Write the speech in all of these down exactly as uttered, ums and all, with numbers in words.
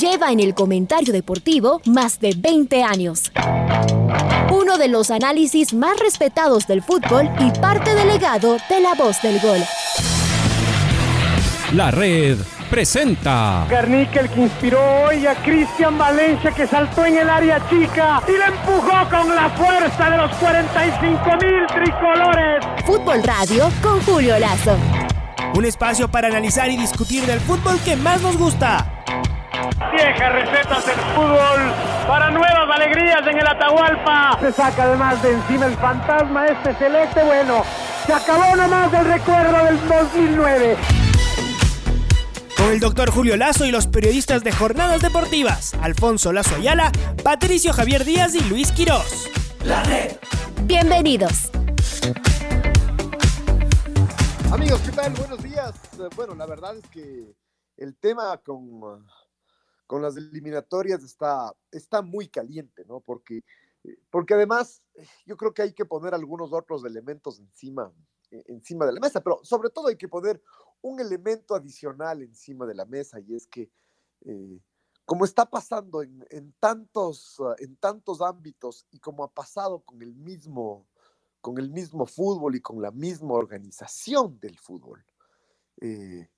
lleva en el comentario deportivo más de veinte años. Uno de los análisis más respetados del fútbol y parte del legado de La Voz del Gol. La Red presenta Garnica, el que inspiró hoy a Cristian Valencia, que saltó en el área chica y la empujó con la fuerza de los cuarenta y cinco mil tricolores. Fútbol Radio con Julio Lazo. Un espacio para analizar y discutir del fútbol que más nos gusta. Viejas recetas del fútbol para nuevas alegrías en el Atahualpa. Se saca además de encima el fantasma este celeste. Bueno, se acabó nomás el recuerdo del dos mil nueve. Con el doctor Julio Lazo y los periodistas de Jornadas Deportivas, Alfonso Lazo Ayala, Patricio Javier Díaz y Luis Quirós. La Red. Bienvenidos. Amigos, ¿qué tal? Buenos días. Bueno, la verdad es que el tema con, con las eliminatorias está, está muy caliente, ¿no? Porque, porque además yo creo que hay que poner algunos otros elementos encima, encima de la mesa, pero sobre todo hay que poner un elemento adicional encima de la mesa, y es que eh, como está pasando en, en, tantos, en tantos ámbitos, y como ha pasado con el mismo, con el mismo fútbol y con la misma organización del fútbol, eh,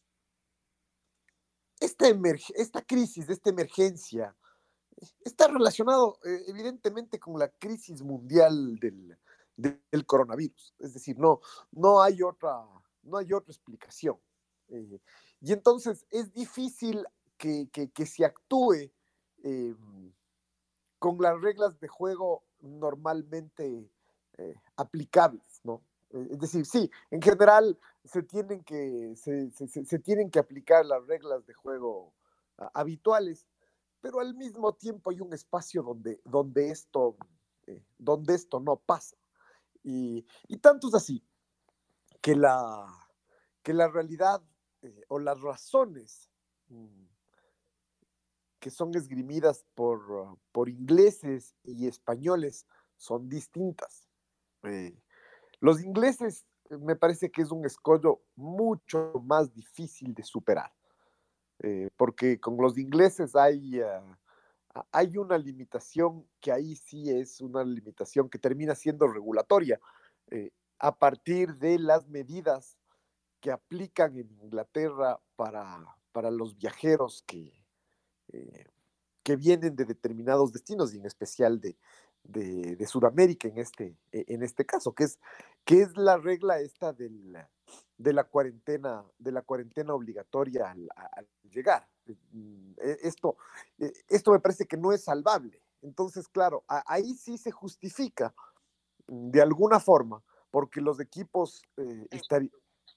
esta, emerg- esta crisis, esta emergencia, está relacionado eh, evidentemente con la crisis mundial del, del coronavirus. Es decir, no, no hay otra... no hay otra explicación. Eh, y entonces es difícil que, que, que se actúe eh, con las reglas de juego normalmente eh, aplicables, ¿no? Eh, es decir, sí, en general se tienen que, se, se, se tienen que aplicar las reglas de juego uh, habituales, pero al mismo tiempo hay un espacio donde, donde, esto, eh, donde esto no pasa. Y, y tanto es así que la, que la realidad eh, o las razones mm, que son esgrimidas por, uh, por ingleses y españoles son distintas. Eh, los ingleses eh, me parece que es un escollo mucho más difícil de superar, eh, porque con los ingleses hay, uh, hay una limitación que ahí sí es una limitación que termina siendo regulatoria, eh, a partir de las medidas que aplican en Inglaterra para, para los viajeros que, eh, que vienen de determinados destinos, y en especial de, de, de Sudamérica en este, en este caso, que es, que es la regla esta del, de, la cuarentena, de la cuarentena obligatoria al, al llegar. Esto, esto me parece que no es salvable. Entonces, claro, ahí sí se justifica de alguna forma, porque los equipos eh, estarían...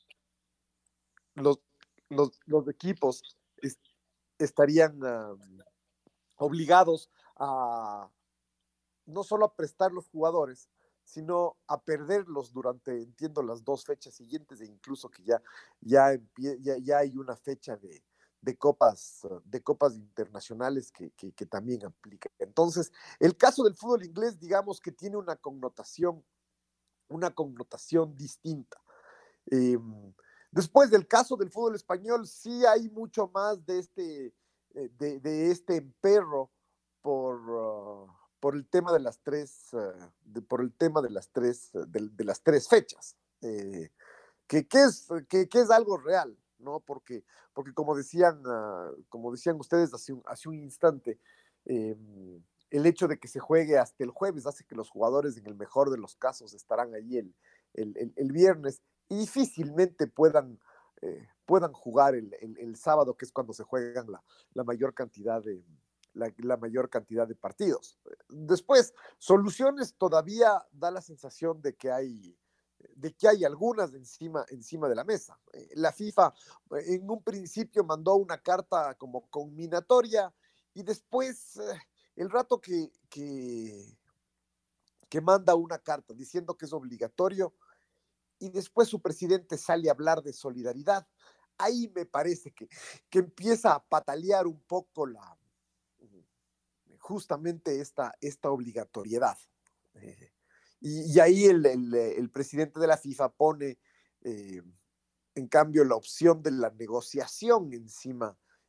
Los, los, los equipos est- estarían uh, obligados a no solo a prestar los jugadores, sino a perderlos durante, entiendo, las dos fechas siguientes, e incluso que ya, ya, empie- ya, ya hay una fecha de, de, copas, uh, de copas internacionales que, que, que también aplica. Entonces, el caso del fútbol inglés, digamos que tiene una connotación, una connotación distinta. Eh, Después del caso del fútbol español, sí hay mucho más de este, de, de este emperro por, uh, por el tema de las tres, uh, de, por el tema de las tres, de, de las tres fechas, eh, que, que, es, que, que es algo real, ¿no? Porque, porque como decían, uh, como decían ustedes hace un, hace un instante, eh, el hecho de que se juegue hasta el jueves hace que los jugadores, en el mejor de los casos, estarán allí el, el, el, el viernes, y difícilmente puedan, eh, puedan jugar el, el, el sábado, que es cuando se juegan la, la, mayor cantidad de, la, la mayor cantidad de partidos. Después, soluciones todavía da la sensación de que hay, de que hay algunas encima, encima de la mesa. La FIFA en un principio mandó una carta como conminatoria, y después eh, el rato que, que, que manda una carta diciendo que es obligatorio, y después su presidente sale a hablar de solidaridad, ahí me parece que, que empieza a patalear un poco la, justamente esta, esta obligatoriedad. Eh, y, y ahí el, el, el presidente de la FIFA pone, eh, en cambio, la opción de la negociación encima,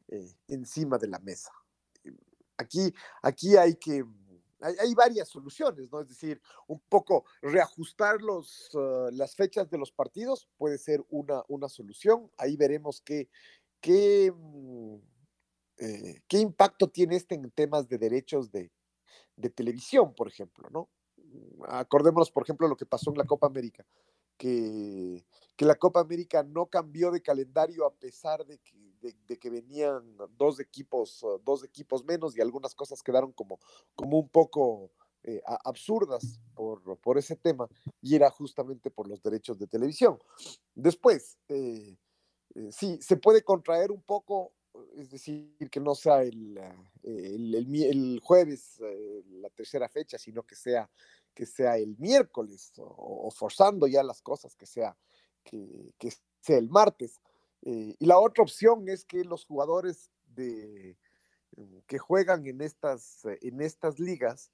eh, encima de la mesa. Aquí, aquí hay que, hay, hay varias soluciones, ¿no? Es decir, un poco reajustar los, uh, las fechas de los partidos puede ser una, una solución. Ahí veremos qué, qué, eh, qué impacto tiene este en temas de derechos de, de televisión, por ejemplo, ¿no? Acordémonos, por ejemplo, lo que pasó en la Copa América, que, que la Copa América no cambió de calendario a pesar de que, de, de que venían dos equipos, uh, dos equipos menos y algunas cosas quedaron como, como un poco eh, absurdas por, por ese tema, y era justamente por los derechos de televisión. Después, eh, eh, sí, se puede contraer un poco, es decir, que no sea el, el, el, el jueves eh, la tercera fecha, sino que sea, que sea el miércoles, o, o forzando ya las cosas, que sea, que, que sea el martes. Eh, y la otra opción es que los jugadores de, que juegan en estas, en estas ligas,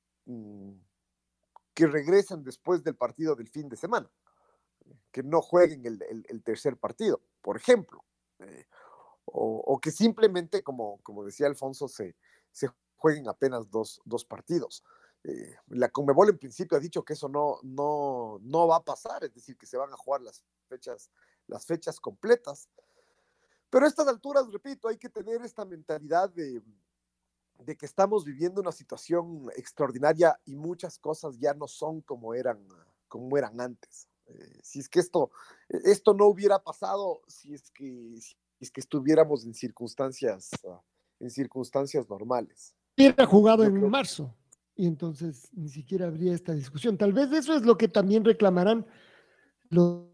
que regresen después del partido del fin de semana, que no jueguen el, el, el tercer partido, por ejemplo. Eh, O, o que simplemente, como, como decía Alfonso, se, se jueguen apenas dos, dos partidos. Eh, la Conmebol en principio ha dicho que eso no, no, no va a pasar, es decir, que se van a jugar las fechas, las fechas completas. Pero a estas alturas, repito, hay que tener esta mentalidad de, de que estamos viviendo una situación extraordinaria y muchas cosas ya no son como eran, como eran antes. Eh, si es que esto, esto no hubiera pasado, si es que... Si es que estuviéramos en circunstancias, uh, en circunstancias normales. Hubiera jugado Yo en marzo y entonces ni siquiera habría esta discusión. Tal vez eso es lo que también reclamarán los...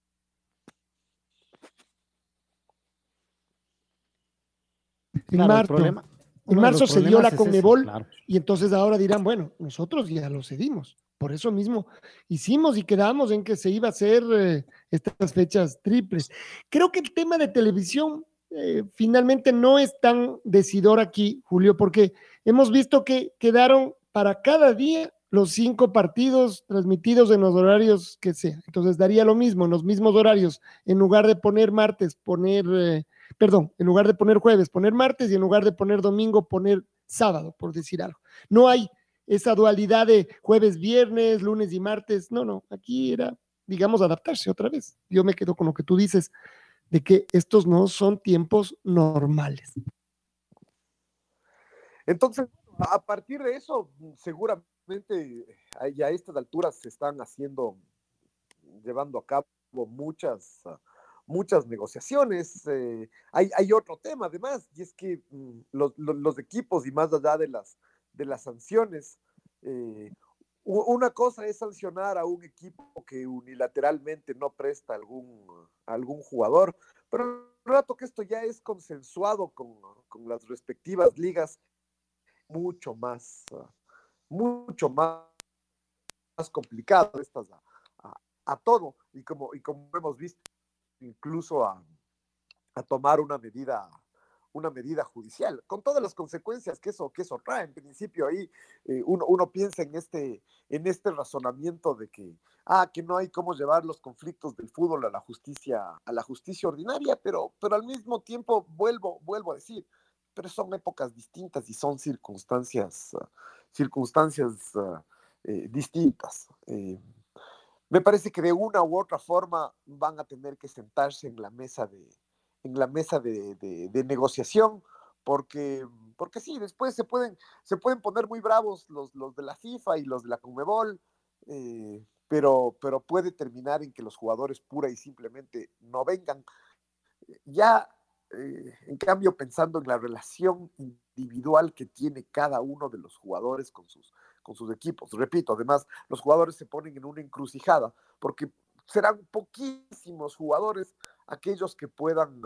En claro, marzo, problema, en marzo se dio la Conmebol, claro. Y entonces ahora dirán, bueno, nosotros ya lo cedimos. Por eso mismo hicimos y quedamos en que se iba a hacer eh, estas fechas triples. Creo que el tema de televisión eh, finalmente no es tan decidor aquí, Julio, porque hemos visto que quedaron para cada día los cinco partidos transmitidos en los horarios que sean. Entonces daría lo mismo, en los mismos horarios, en lugar de poner martes, poner, eh, perdón, en lugar de poner jueves, poner martes, y en lugar de poner domingo, poner sábado, por decir algo. No hay esa dualidad de jueves, viernes, lunes y martes. No, no, aquí era, digamos, adaptarse otra vez. Yo me quedo con lo que tú dices, de que estos no son tiempos normales. Entonces, a partir de eso, seguramente a estas alturas se están haciendo, llevando a cabo muchas, muchas negociaciones. Eh, hay, hay otro tema además, y es que mm, los, los, los equipos, y más allá de las de las sanciones. Eh, una cosa es sancionar a un equipo que unilateralmente no presta algún, algún jugador, pero el rato que esto ya es consensuado con, con las respectivas ligas, mucho más, uh, mucho más, más complicado estas a, a, a todo, y como, y como hemos visto, incluso a, a tomar una medida una medida judicial, con todas las consecuencias que eso, que eso trae. En principio ahí eh, uno, uno piensa en este, en este razonamiento de que, ah, que no hay cómo llevar los conflictos del fútbol a la justicia, a la justicia ordinaria, pero, pero al mismo tiempo vuelvo, vuelvo a decir, pero son épocas distintas y son circunstancias, uh, circunstancias uh, eh, distintas. Eh, me parece que de una u otra forma van a tener que sentarse en la mesa de en la mesa de, de, de negociación, porque, porque sí, después se pueden, se pueden poner muy bravos los, los de la FIFA y los de la Conmebol, eh, pero, pero puede terminar en que los jugadores pura y simplemente no vengan. Ya, eh, en cambio, pensando en la relación individual que tiene cada uno de los jugadores con sus, con sus equipos. Repito, además, los jugadores se ponen en una encrucijada, porque serán poquísimos jugadores aquellos que puedan,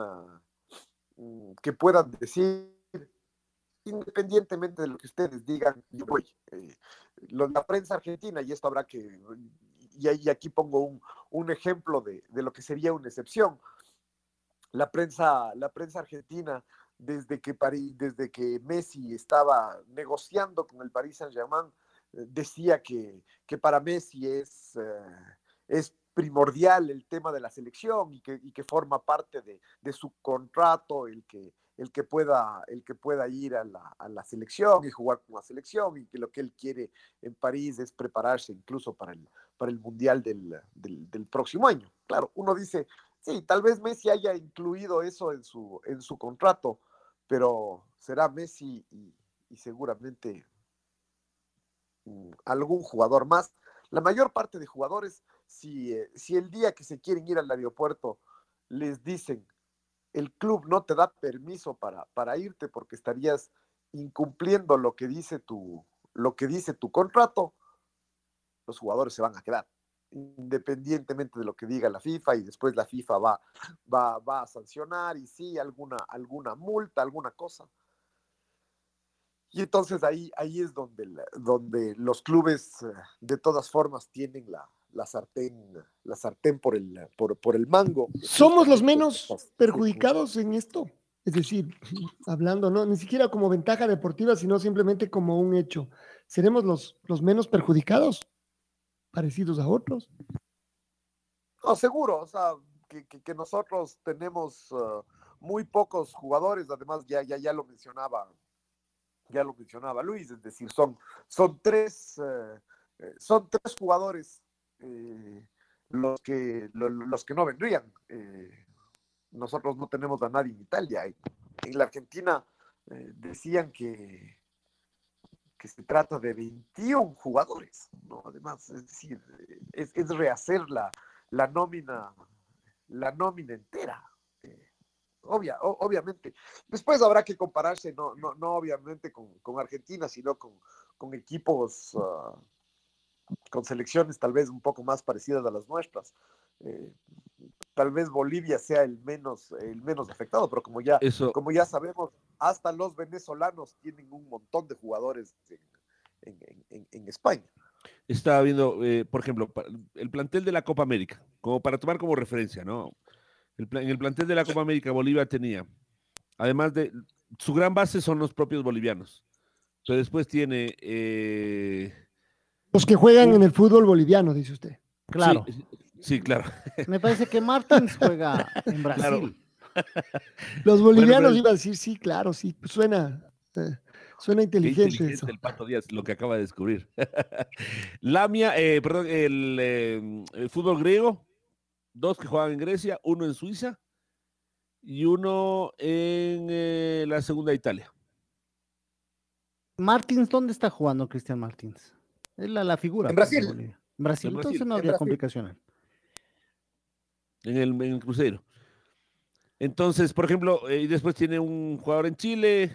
uh, que puedan decir, independientemente de lo que ustedes digan, yo voy. Eh, la prensa argentina, y esto habrá que, y, y aquí pongo un, un ejemplo de, de lo que sería una excepción. La prensa, la prensa argentina, desde que, París, desde que Messi estaba negociando con el Paris Saint-Germain, eh, decía que, que para Messi es, uh, es primordial el tema de la selección y que, y que forma parte de, de su contrato el que, el que pueda, el que pueda ir a la, a la selección y jugar con la selección, y que lo que él quiere en París es prepararse incluso para el, para el Mundial del, del, del próximo año. Claro, uno dice, sí, tal vez Messi haya incluido eso en su, en su contrato, pero será Messi y, y seguramente um, algún jugador más. La mayor parte de jugadores, si, eh, si el día que se quieren ir al aeropuerto les dicen, el club no te da permiso para, para irte porque estarías incumpliendo lo que dice tu, lo que dice tu contrato, los jugadores se van a quedar, independientemente de lo que diga la FIFA, y después la FIFA va, va, va a sancionar, y sí, alguna, alguna multa, alguna cosa. Y entonces ahí, ahí es donde, donde los clubes de todas formas tienen la, la sartén, la sartén por el, por, por el mango. ¿Somos los menos perjudicados en esto? Es decir, hablando, no, ni siquiera como ventaja deportiva, sino simplemente como un hecho. ¿Seremos los, los menos perjudicados? Parecidos a otros. No, seguro, o sea, que, que, que nosotros tenemos uh, muy pocos jugadores, además ya, ya, ya lo mencionaba, ya lo mencionaba Luis, es decir, son, son tres, uh, son tres jugadores eh, los que lo, los que no vendrían. Eh, nosotros no tenemos a nadie en Italia. En la Argentina eh, decían que que se trata de veintiún jugadores, ¿no? Además, es decir, es, es rehacer la, la nómina, la nómina entera. Eh, obvia, o, obviamente. Después habrá que compararse, no, no, no obviamente con, con Argentina, sino con, con equipos, uh, con selecciones tal vez un poco más parecidas a las nuestras. Eh, tal vez Bolivia sea el menos, el menos afectado, pero como ya, Eso... como ya sabemos, hasta los venezolanos tienen un montón de jugadores en, en, en, en España. Estaba viendo, eh, por ejemplo, el plantel de la Copa América, como para tomar como referencia, ¿no? El, en el plantel de la Copa América, Bolivia tenía, además de, su gran base son los propios bolivianos, pero después tiene... Eh, los que juegan un... en el fútbol boliviano, dice usted. Claro. Sí, sí, claro. Me parece que Martins juega en Brasil. Claro. Los bolivianos bueno, iban a decir, sí, claro, sí, suena, eh, suena inteligente, inteligente eso. El Pato Díaz, lo que acaba de descubrir. Lamia, eh, perdón, el, eh, el fútbol griego, dos que juegan en Grecia, uno en Suiza y uno en eh, la segunda Italia. Martins, ¿dónde está jugando Cristian Martins? Es la, la figura. En Brasil. En Brasil, en Brasil. Entonces no habría complicaciones. En el, en el Cruzeiro. Entonces, por ejemplo, eh, y después tiene un jugador en Chile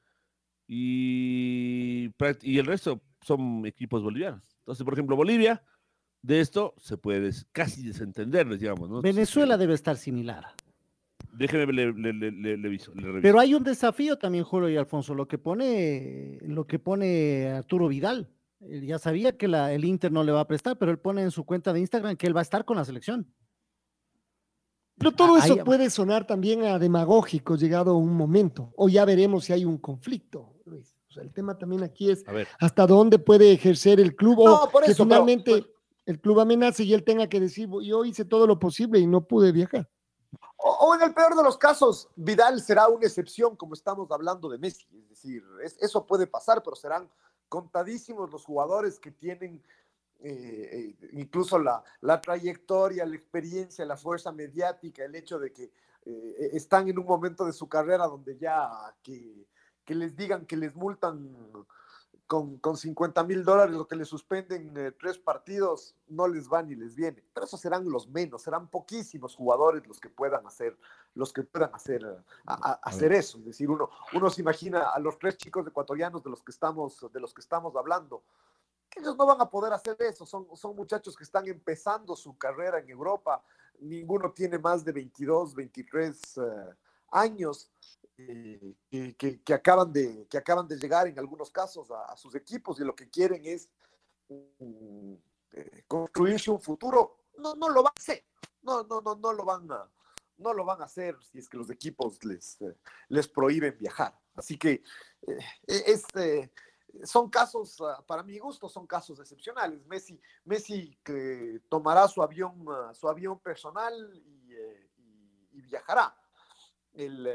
y, y el resto son equipos bolivianos. Entonces, por ejemplo, Bolivia, de esto se puede casi desentender, digamos, ¿no? Venezuela Entonces, debe estar similar. Déjeme, le, le, le, le, le, viso, le reviso. Pero hay un desafío también, Julio y Alfonso, lo que pone, lo que pone Arturo Vidal. Él ya sabía que la, el Inter no le va a prestar, pero él pone en su cuenta de Instagram que él va a estar con la selección. Pero todo eso Ahí, puede sonar también a demagógico llegado un momento, o ya veremos si hay un conflicto, Luis. O sea, el tema también aquí es hasta dónde puede ejercer el club, no, o que eso, finalmente pero, pero, el club amenace y él tenga que decir, yo hice todo lo posible y no pude viajar. O, o en el peor de los casos, Vidal será una excepción, como estamos hablando de Messi. Es decir, es, eso puede pasar, pero serán contadísimos los jugadores que tienen eh, eh, incluso la, la trayectoria, la experiencia, la fuerza mediática, el hecho de que eh, están en un momento de su carrera donde ya que, que les digan que les multan con, con cincuenta mil dólares o que les suspenden eh, tres partidos, no les va ni les viene. Pero esos serán los menos, serán poquísimos jugadores los que puedan hacer, los que puedan hacer, a, a, hacer eso. Es decir, uno, uno se imagina a los tres chicos ecuatorianos de los que estamos, de los que estamos hablando, que ellos no van a poder hacer eso. Son, son muchachos que están empezando su carrera en Europa. Ninguno tiene más de veintidós, veintitrés uh, años. Eh, que, que, que, acaban de, que acaban de llegar en algunos casos a, a sus equipos y lo que quieren es um, eh, construirse un futuro. No, no lo van a hacer, no, no, no, no lo van a, no lo van a hacer si es que los equipos les, eh, les prohíben viajar. Así que eh, este, son casos, uh, para mi gusto, son casos excepcionales. Messi, Messi que tomará su avión, uh, su avión personal y, eh, y, y viajará. El, eh,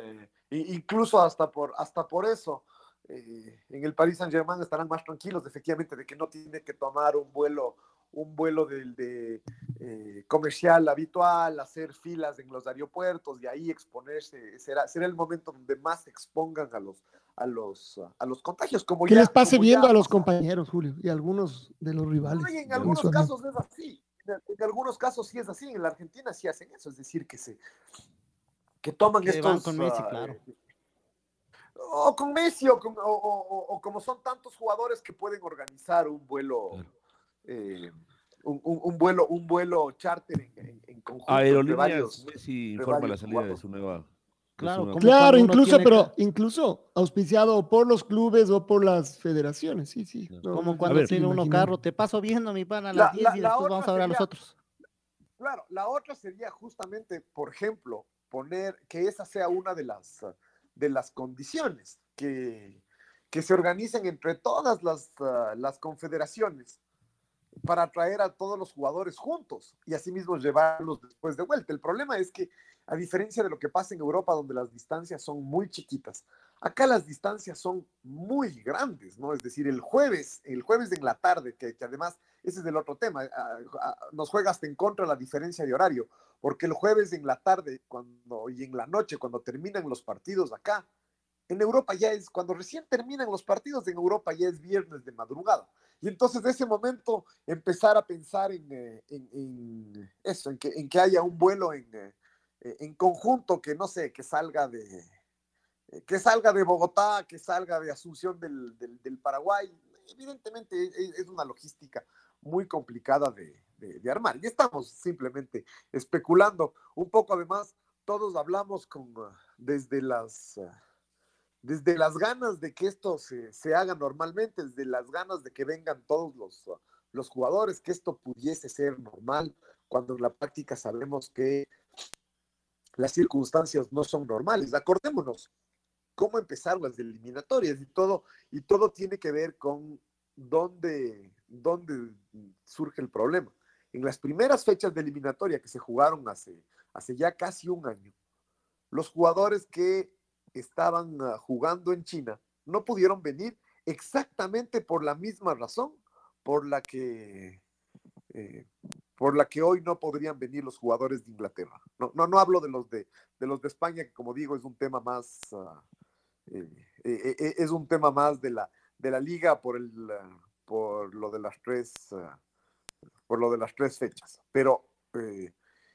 incluso hasta por, hasta por eso, eh, en el Paris Saint-Germain estarán más tranquilos, efectivamente, de que no tiene que tomar un vuelo, un vuelo de, de eh, comercial habitual, hacer filas en los aeropuertos y ahí exponerse. Será, será el momento donde más se expongan a los, a los, a los contagios. Como que ya, les pase como viendo ya a los pasa. compañeros, Julio, y a algunos de los rivales. No, y en de algunos Venezuela. casos es así. En, en algunos casos sí es así. En la Argentina sí hacen eso, es decir, que se que toman Que estos... van con Messi, uh, claro. O con Messi, o, con, o, o, o como son tantos jugadores que pueden organizar un vuelo, Claro. eh, un, un, un vuelo, un vuelo charter en, en, en conjunto entre Aerolíneas, varios, Messi entre informa la varios salida de jugadores. su nueva. de Claro, su nueva- como Claro, cuando uno incluso, tiene pero que- incluso auspiciado por los clubes o por las federaciones, sí, sí. No, Como no, cuando ver, tiene uno imaginar. carro, te paso viendo, mi pana, a La- las diez la- y la después otra vamos a ver a los sería- otros. Claro, la otra sería justamente, por ejemplo, poner que esa sea una de las, de las condiciones, que, que se organicen entre todas las, uh, las confederaciones para traer a todos los jugadores juntos y asimismo llevarlos después de vuelta. El problema es que, a diferencia de lo que pasa en Europa, donde las distancias son muy chiquitas, acá las distancias son muy grandes, ¿no? Es decir, el jueves, el jueves en la tarde, que, que además ese es el otro tema, a, a, nos juega hasta en contra la diferencia de horario, porque el jueves en la tarde cuando, y en la noche, cuando terminan los partidos acá, en Europa ya es, cuando recién terminan los partidos en Europa ya es viernes de madrugada. Y entonces de ese momento empezar a pensar en, en, en eso, en que, en que haya un vuelo en, en conjunto que no sé, que salga de, que salga de Bogotá, que salga de Asunción del, del, del Paraguay. Evidentemente es, es una logística muy complicada de, de, de armar. Y estamos simplemente especulando un poco. Además, todos hablamos con, desde las... desde las ganas de que esto se, se haga normalmente, desde las ganas de que vengan todos los, los jugadores, que esto pudiese ser normal, cuando en la práctica sabemos que las circunstancias no son normales. Acordémonos cómo empezaron las eliminatorias y todo, y todo tiene que ver con dónde, dónde surge el problema. En las primeras fechas de eliminatoria que se jugaron hace, hace ya casi un año, los jugadores que estaban uh, jugando en China no pudieron venir exactamente por la misma razón por la que eh, por la que hoy no podrían venir los jugadores de Inglaterra. No, no, no hablo de los de, de los de España, que como digo es un tema más uh, eh, eh, eh, es un tema más de la, de la liga por el uh, por lo de las tres uh, por lo de las tres fechas. Pero eh,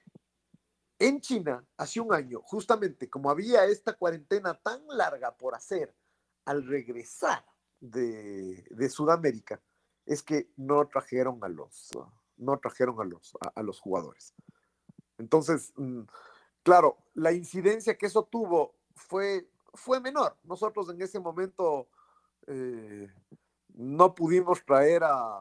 en China, hace un año, justamente como había esta cuarentena tan larga por hacer al regresar de, de Sudamérica, es que no trajeron a los, no trajeron a los, a, a los jugadores. Entonces, claro, la incidencia que eso tuvo fue, fue menor. Nosotros en ese momento eh, no pudimos traer a,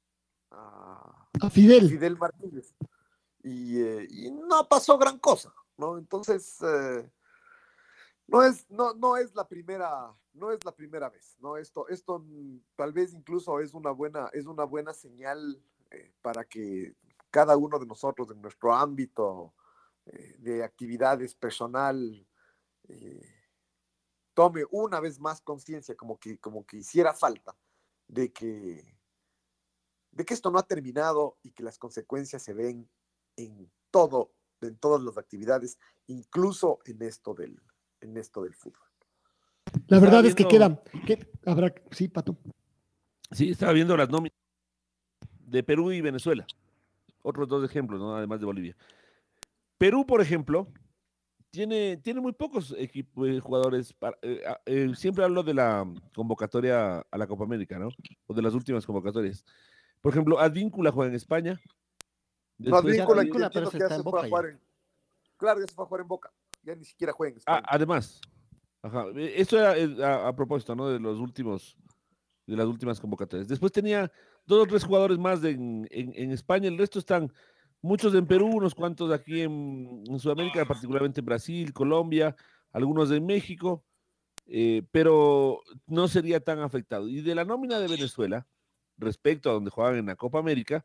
a, a Fidel. a Fidel Martínez. Y, eh, y no pasó gran cosa, ¿no? Entonces, eh, no, es, no, no, es la primera, no es la primera vez, ¿no? Esto, esto tal vez incluso es una buena, es una buena señal eh, para que cada uno de nosotros en nuestro ámbito eh, de actividades personal eh, tome una vez más conciencia, como que, como que hiciera falta, de que, de que esto no ha terminado y que las consecuencias se ven en todo, en todas las actividades, incluso en esto del, en esto del fútbol. La verdad es que viendo... queda, que habrá, sí, Pato. Sí, estaba viendo las nóminas de Perú y Venezuela. Otros dos ejemplos, ¿no? Además de Bolivia. Perú, por ejemplo, tiene, tiene muy pocos equipos, eh, jugadores. Para, eh, eh, siempre hablo de la convocatoria a la Copa América, ¿no? O de las últimas convocatorias. Por ejemplo, Advíncula juega en España. No, Advíncula, Advíncula, pero que está ya en se fue Boca a jugar en, claro, ya se fue a jugar en Boca. Ya ni siquiera juega en España. Ah, además. Ajá. Esto era a, a propósito, ¿no? De los últimos, de las últimas convocatorias. Después tenía dos o tres jugadores más de, en, en, en España. El resto están muchos en Perú, unos cuantos aquí en, en Sudamérica, particularmente en Brasil, Colombia, algunos en México, eh, pero no sería tan afectado. Y de la nómina de Venezuela, respecto a donde juegan en la Copa América,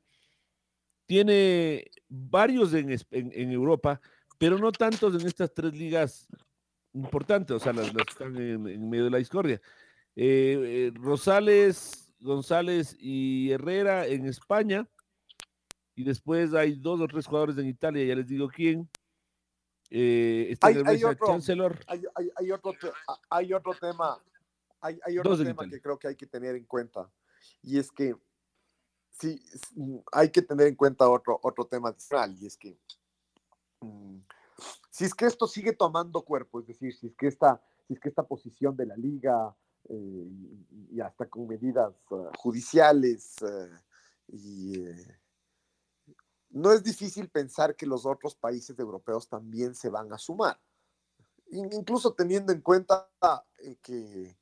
tiene varios en, en, en Europa, pero no tantos en estas tres ligas importante, o sea, las, las que están en, en medio de la discordia. Eh, eh, Rosales, González y Herrera en España, y después hay dos o tres jugadores en Italia, ya les digo quién. Eh, está hay, en el hay, Brescia otro, Chancellor. hay, hay, hay, otro, hay otro tema, hay, hay otro tema que creo que hay que tener en cuenta, y es que sí, hay que tener en cuenta otro, otro tema adicional, y es que mmm, si es que esto sigue tomando cuerpo, es decir, si es que esta, si es que esta posición de la liga eh, y, y hasta con medidas uh, judiciales uh, y eh, no es difícil pensar que los otros países europeos también se van a sumar, incluso teniendo en cuenta eh, que,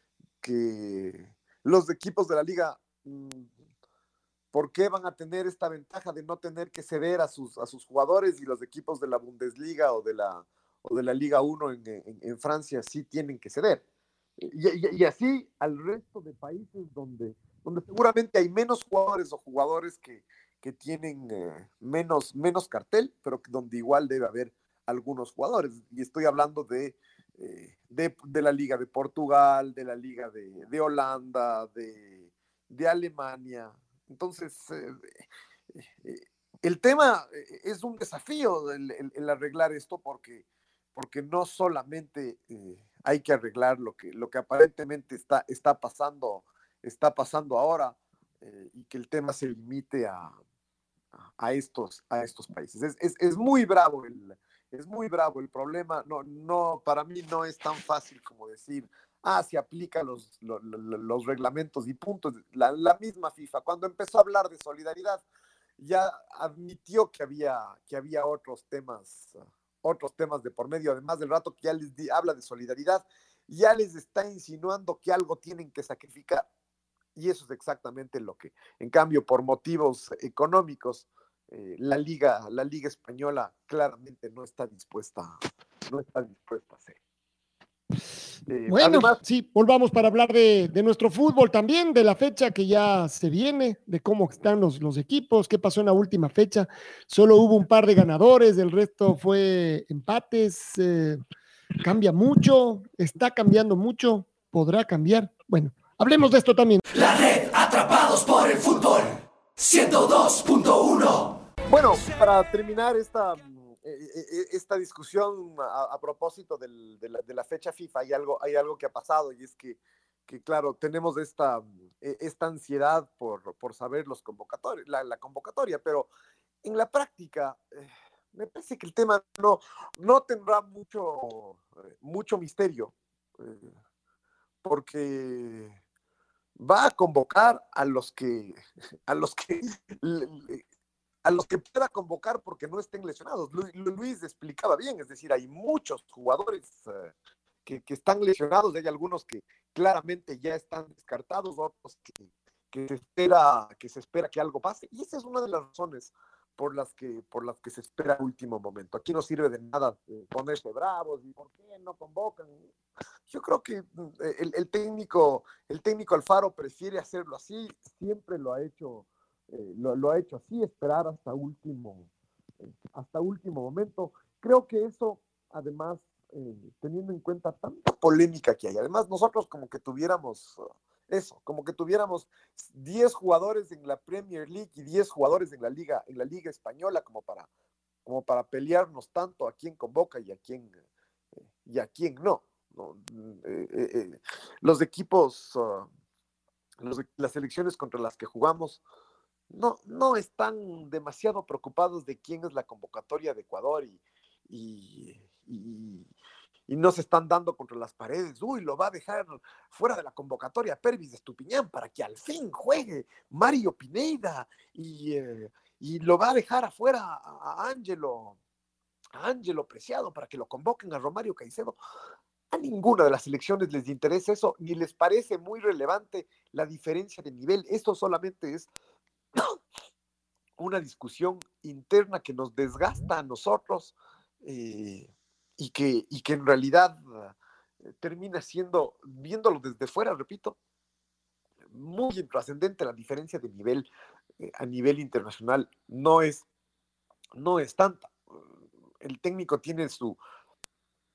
que los equipos de la liga mmm, ¿por qué van a tener esta ventaja de no tener que ceder a sus, a sus jugadores y los equipos de la Bundesliga o de la, o de la Liga uno en, en, en Francia sí tienen que ceder? Y, y, y así al resto de países donde, donde seguramente hay menos jugadores o jugadores que, que tienen eh, menos, menos cartel, pero donde igual debe haber algunos jugadores. Y estoy hablando de, eh, de, de la Liga de Portugal, de la Liga de, de Holanda, de, de Alemania. Entonces, eh, eh, el tema es un desafío el, el, el arreglar esto porque, porque no solamente eh, hay que arreglar lo que, lo que aparentemente está, está, pasando, está pasando ahora eh, y que el tema se limite a, a, estos, a estos países. Es, es, es, muy bravo el, es muy bravo el problema. No, no, para mí no es tan fácil como decir ah, se aplican los, los, los reglamentos y puntos. La, la misma FIFA, cuando empezó a hablar de solidaridad, ya admitió que había, que había otros temas, otros temas de por medio, además del rato que ya les di, habla de solidaridad, ya les está insinuando que algo tienen que sacrificar. Y eso es exactamente lo que, en cambio, por motivos económicos, eh, la Liga, la Liga Española claramente no está dispuesta, no está dispuesta a hacer. Eh, bueno, además, sí, volvamos para hablar de, de nuestro fútbol también, de la fecha que ya se viene, de cómo están los, los equipos, qué pasó en la última fecha. Solo hubo un par de ganadores, el resto fue empates, eh, cambia mucho, está cambiando mucho, podrá cambiar. Bueno, hablemos de esto también. La red, atrapados por el fútbol, ciento dos punto uno. Bueno, para terminar esta... esta discusión a, a propósito del, de, la, de la fecha FIFA, hay algo, hay algo que ha pasado y es que, que claro, tenemos esta, esta ansiedad por, por saber los convocatorios, la, la convocatoria, pero en la práctica eh, me parece que el tema no, no tendrá mucho, mucho misterio, eh, porque va a convocar a los que, a los que a los que pueda convocar porque no estén lesionados. Luis, Luis explicaba bien, es decir, hay muchos jugadores uh, que, que están lesionados, hay algunos que claramente ya están descartados, otros que, que, se espera, que se espera que algo pase, y esa es una de las razones por las que, por las que se espera el último momento. Aquí no sirve de nada ponerse bravos, y por qué no convocan. Yo creo que el, el, técnico, el técnico Alfaro prefiere hacerlo así, siempre lo ha hecho Eh, lo, lo ha hecho así, esperar hasta último, eh, hasta último momento. Creo que eso, además, eh, teniendo en cuenta tanta polémica que hay, además nosotros como que tuviéramos uh, eso, como que tuviéramos diez jugadores en la Premier League y diez jugadores en la Liga, en la Liga Española como para, como para pelearnos tanto a quién convoca y a quién, eh, y a quién no. ¿no? Eh, eh, eh, los equipos, uh, los, las selecciones contra las que jugamos, No, no están demasiado preocupados de quién es la convocatoria de Ecuador y, y, y, y no se están dando contra las paredes. Uy, lo va a dejar fuera de la convocatoria Pervis de Estupiñán para que al fin juegue Mario Pineda y, eh, y lo va a dejar afuera a Ángelo, a Ángelo Preciado para que lo convoquen a Romario Caicedo. A ninguna de las selecciones les interesa eso, ni les parece muy relevante la diferencia de nivel. Esto solamente es una discusión interna que nos desgasta a nosotros eh, y, que, y que en realidad eh, termina siendo, viéndolo desde fuera, repito, muy intrascendente. La diferencia de nivel eh, a nivel internacional no es, no es tanta. El técnico tiene su,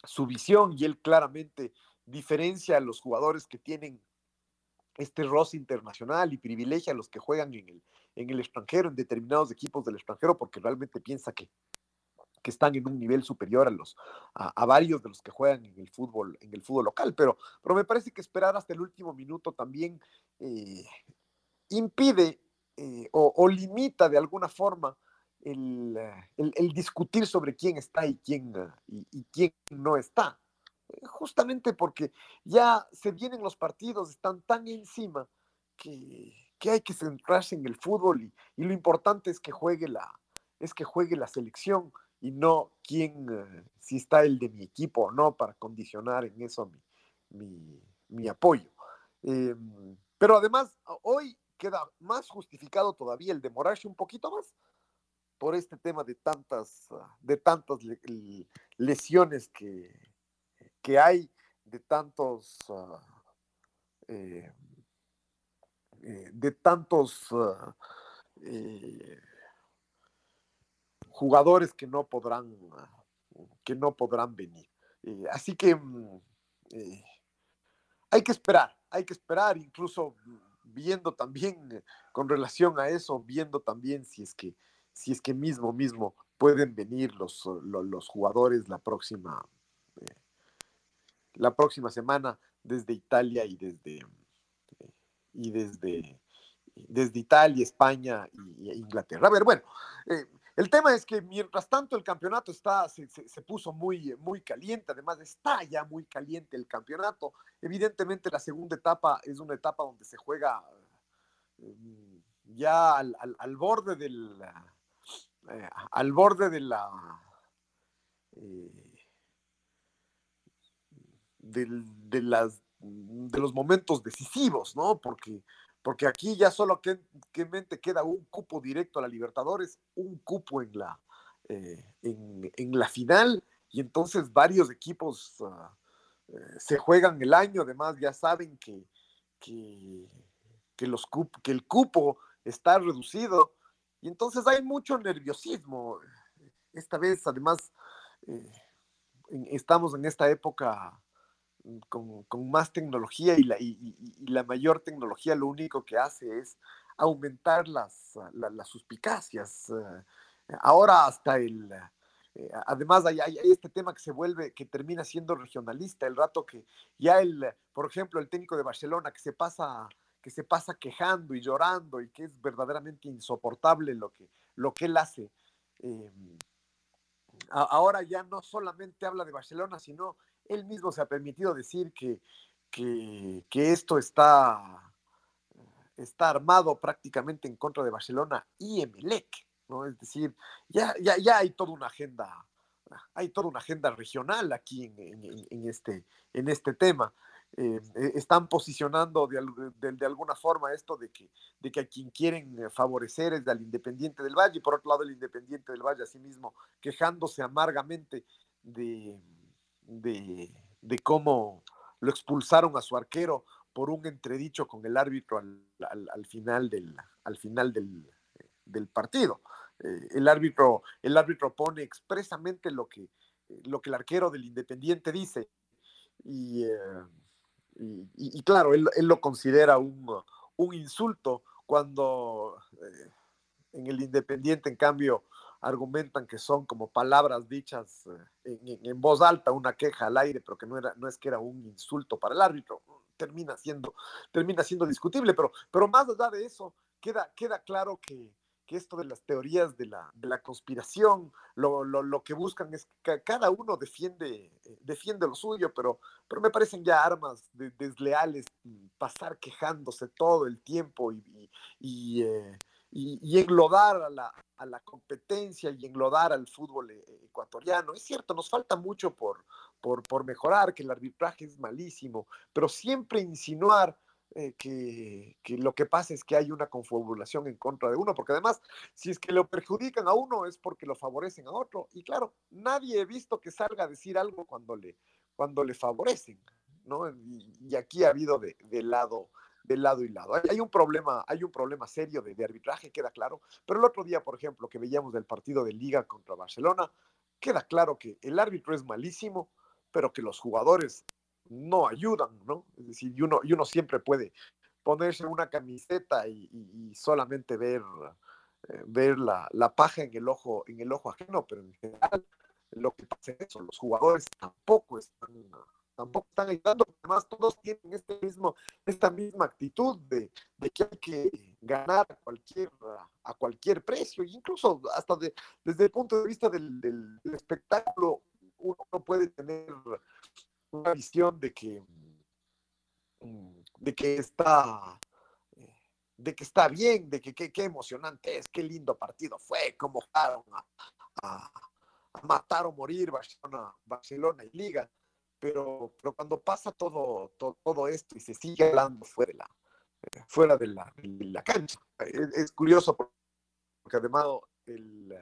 su visión, y él claramente diferencia a los jugadores que tienen este roce internacional y privilegia a los que juegan en el, en el extranjero, en determinados equipos del extranjero, porque realmente piensa que, que están en un nivel superior a, los, a, a varios de los que juegan en el fútbol, en el fútbol local, pero, pero me parece que esperar hasta el último minuto también eh, impide eh, o, o limita de alguna forma el, el, el discutir sobre quién está y quién, y, y quién no está. Justamente porque ya se vienen los partidos, están tan encima que, que hay que centrarse en el fútbol, y, y lo importante es que juegue la, es que juegue la selección y no quién, uh, si está el de mi equipo o no, para condicionar en eso mi, mi, mi apoyo. Eh, pero además, hoy queda más justificado todavía el demorarse un poquito más por este tema de tantas, de tantas lesiones que que hay, de tantos uh, eh, eh, de tantos uh, eh, jugadores que no podrán uh, que no podrán venir. Eh, así que eh, hay que esperar, hay que esperar, incluso viendo también eh, con relación a eso, viendo también si es que si es que mismo mismo pueden venir los, los, los jugadores la próxima eh, la próxima semana desde Italia y desde y desde desde Italia, España y, y Inglaterra. A ver, bueno, eh, el tema es que mientras tanto el campeonato está, se, se, se puso muy, muy caliente, además está ya muy caliente el campeonato. Evidentemente la segunda etapa es una etapa donde se juega eh, ya al, al, al borde del eh, al borde de la eh, De, de, las, de los momentos decisivos, ¿no? Porque, porque aquí ya solo que, que mente queda un cupo directo a la Libertadores, un cupo en la, eh, en, en la final, y entonces varios equipos uh, eh, se juegan el año, además ya saben que, que, que, los cup, que el cupo está reducido, y entonces hay mucho nerviosismo. Esta vez, además, eh, en, estamos en esta época Con, con más tecnología, y la, y, y la mayor tecnología lo único que hace es aumentar las, la, las suspicacias. Ahora hasta el... Además hay, hay este tema que se vuelve, que termina siendo regionalista, el rato que ya el, por ejemplo, el técnico de Barcelona que se pasa, que se pasa quejando y llorando, y que es verdaderamente insoportable lo que, lo que él hace. Eh, ahora ya no solamente habla de Barcelona, sino él mismo se ha permitido decir que, que, que esto está, está armado prácticamente en contra de Barcelona y Emelec, ¿no? Es decir, ya, ya, ya hay toda una agenda, hay toda una agenda regional aquí en, en, en, este, en este tema. Eh, están posicionando de, de, de alguna forma esto de que, de que a quien quieren favorecer es al Independiente del Valle, y por otro lado el Independiente del Valle asimismo quejándose amargamente de De, de cómo lo expulsaron a su arquero por un entredicho con el árbitro al, al, al final del, al final del, del partido. Eh, el, árbitro, el árbitro pone expresamente lo que, lo que el arquero del Independiente dice, y, eh, y, y, y claro, él, él lo considera un, un insulto, cuando eh, en el Independiente, en cambio, argumentan que son como palabras dichas en, en, en voz alta, una queja al aire, pero que no, era, no es que era un insulto para el árbitro. Termina siendo, termina siendo discutible, pero, pero más allá de eso, queda, queda claro que, que esto de las teorías de la, de la conspiración, lo, lo, lo que buscan es que cada uno defiende, defiende lo suyo, pero, pero me parecen ya armas de, desleales, pasar quejándose todo el tiempo y, y, y eh, Y, y englodar a la, a la competencia y englodar al fútbol ecuatoriano. Es cierto, nos falta mucho por, por, por mejorar, que el arbitraje es malísimo, pero siempre insinuar eh, que, que lo que pasa es que hay una confabulación en contra de uno, porque además, si es que lo perjudican a uno es porque lo favorecen a otro, y claro, nadie he visto que salga a decir algo cuando le, cuando le favorecen, ¿no? Y, y aquí ha habido de, de lado... de lado y lado. Hay un problema, hay un problema serio de, de arbitraje, queda claro, pero el otro día, por ejemplo, que veíamos del partido de Liga contra Barcelona, queda claro que el árbitro es malísimo, pero que los jugadores no ayudan, ¿no? Es decir, y uno, y uno siempre puede ponerse una camiseta y, y, y solamente ver, eh, ver la, la paja en el ojo, en el ojo ajeno, pero en general lo que pasa es eso, los jugadores tampoco están, tampoco están ayudando, además todos tienen este mismo, esta misma actitud de, de que hay que ganar a cualquier, a cualquier precio, incluso hasta de, desde el punto de vista del, del, del espectáculo, uno puede tener una visión de que, de que está de que está bien, de que qué emocionante es, qué lindo partido fue, cómo jugaron a, a, a matar o morir Barcelona, Barcelona y Liga, pero, pero cuando pasa todo, todo, todo esto y se sigue hablando fuera de la, fuera de la, de la cancha, es, es curioso porque además el,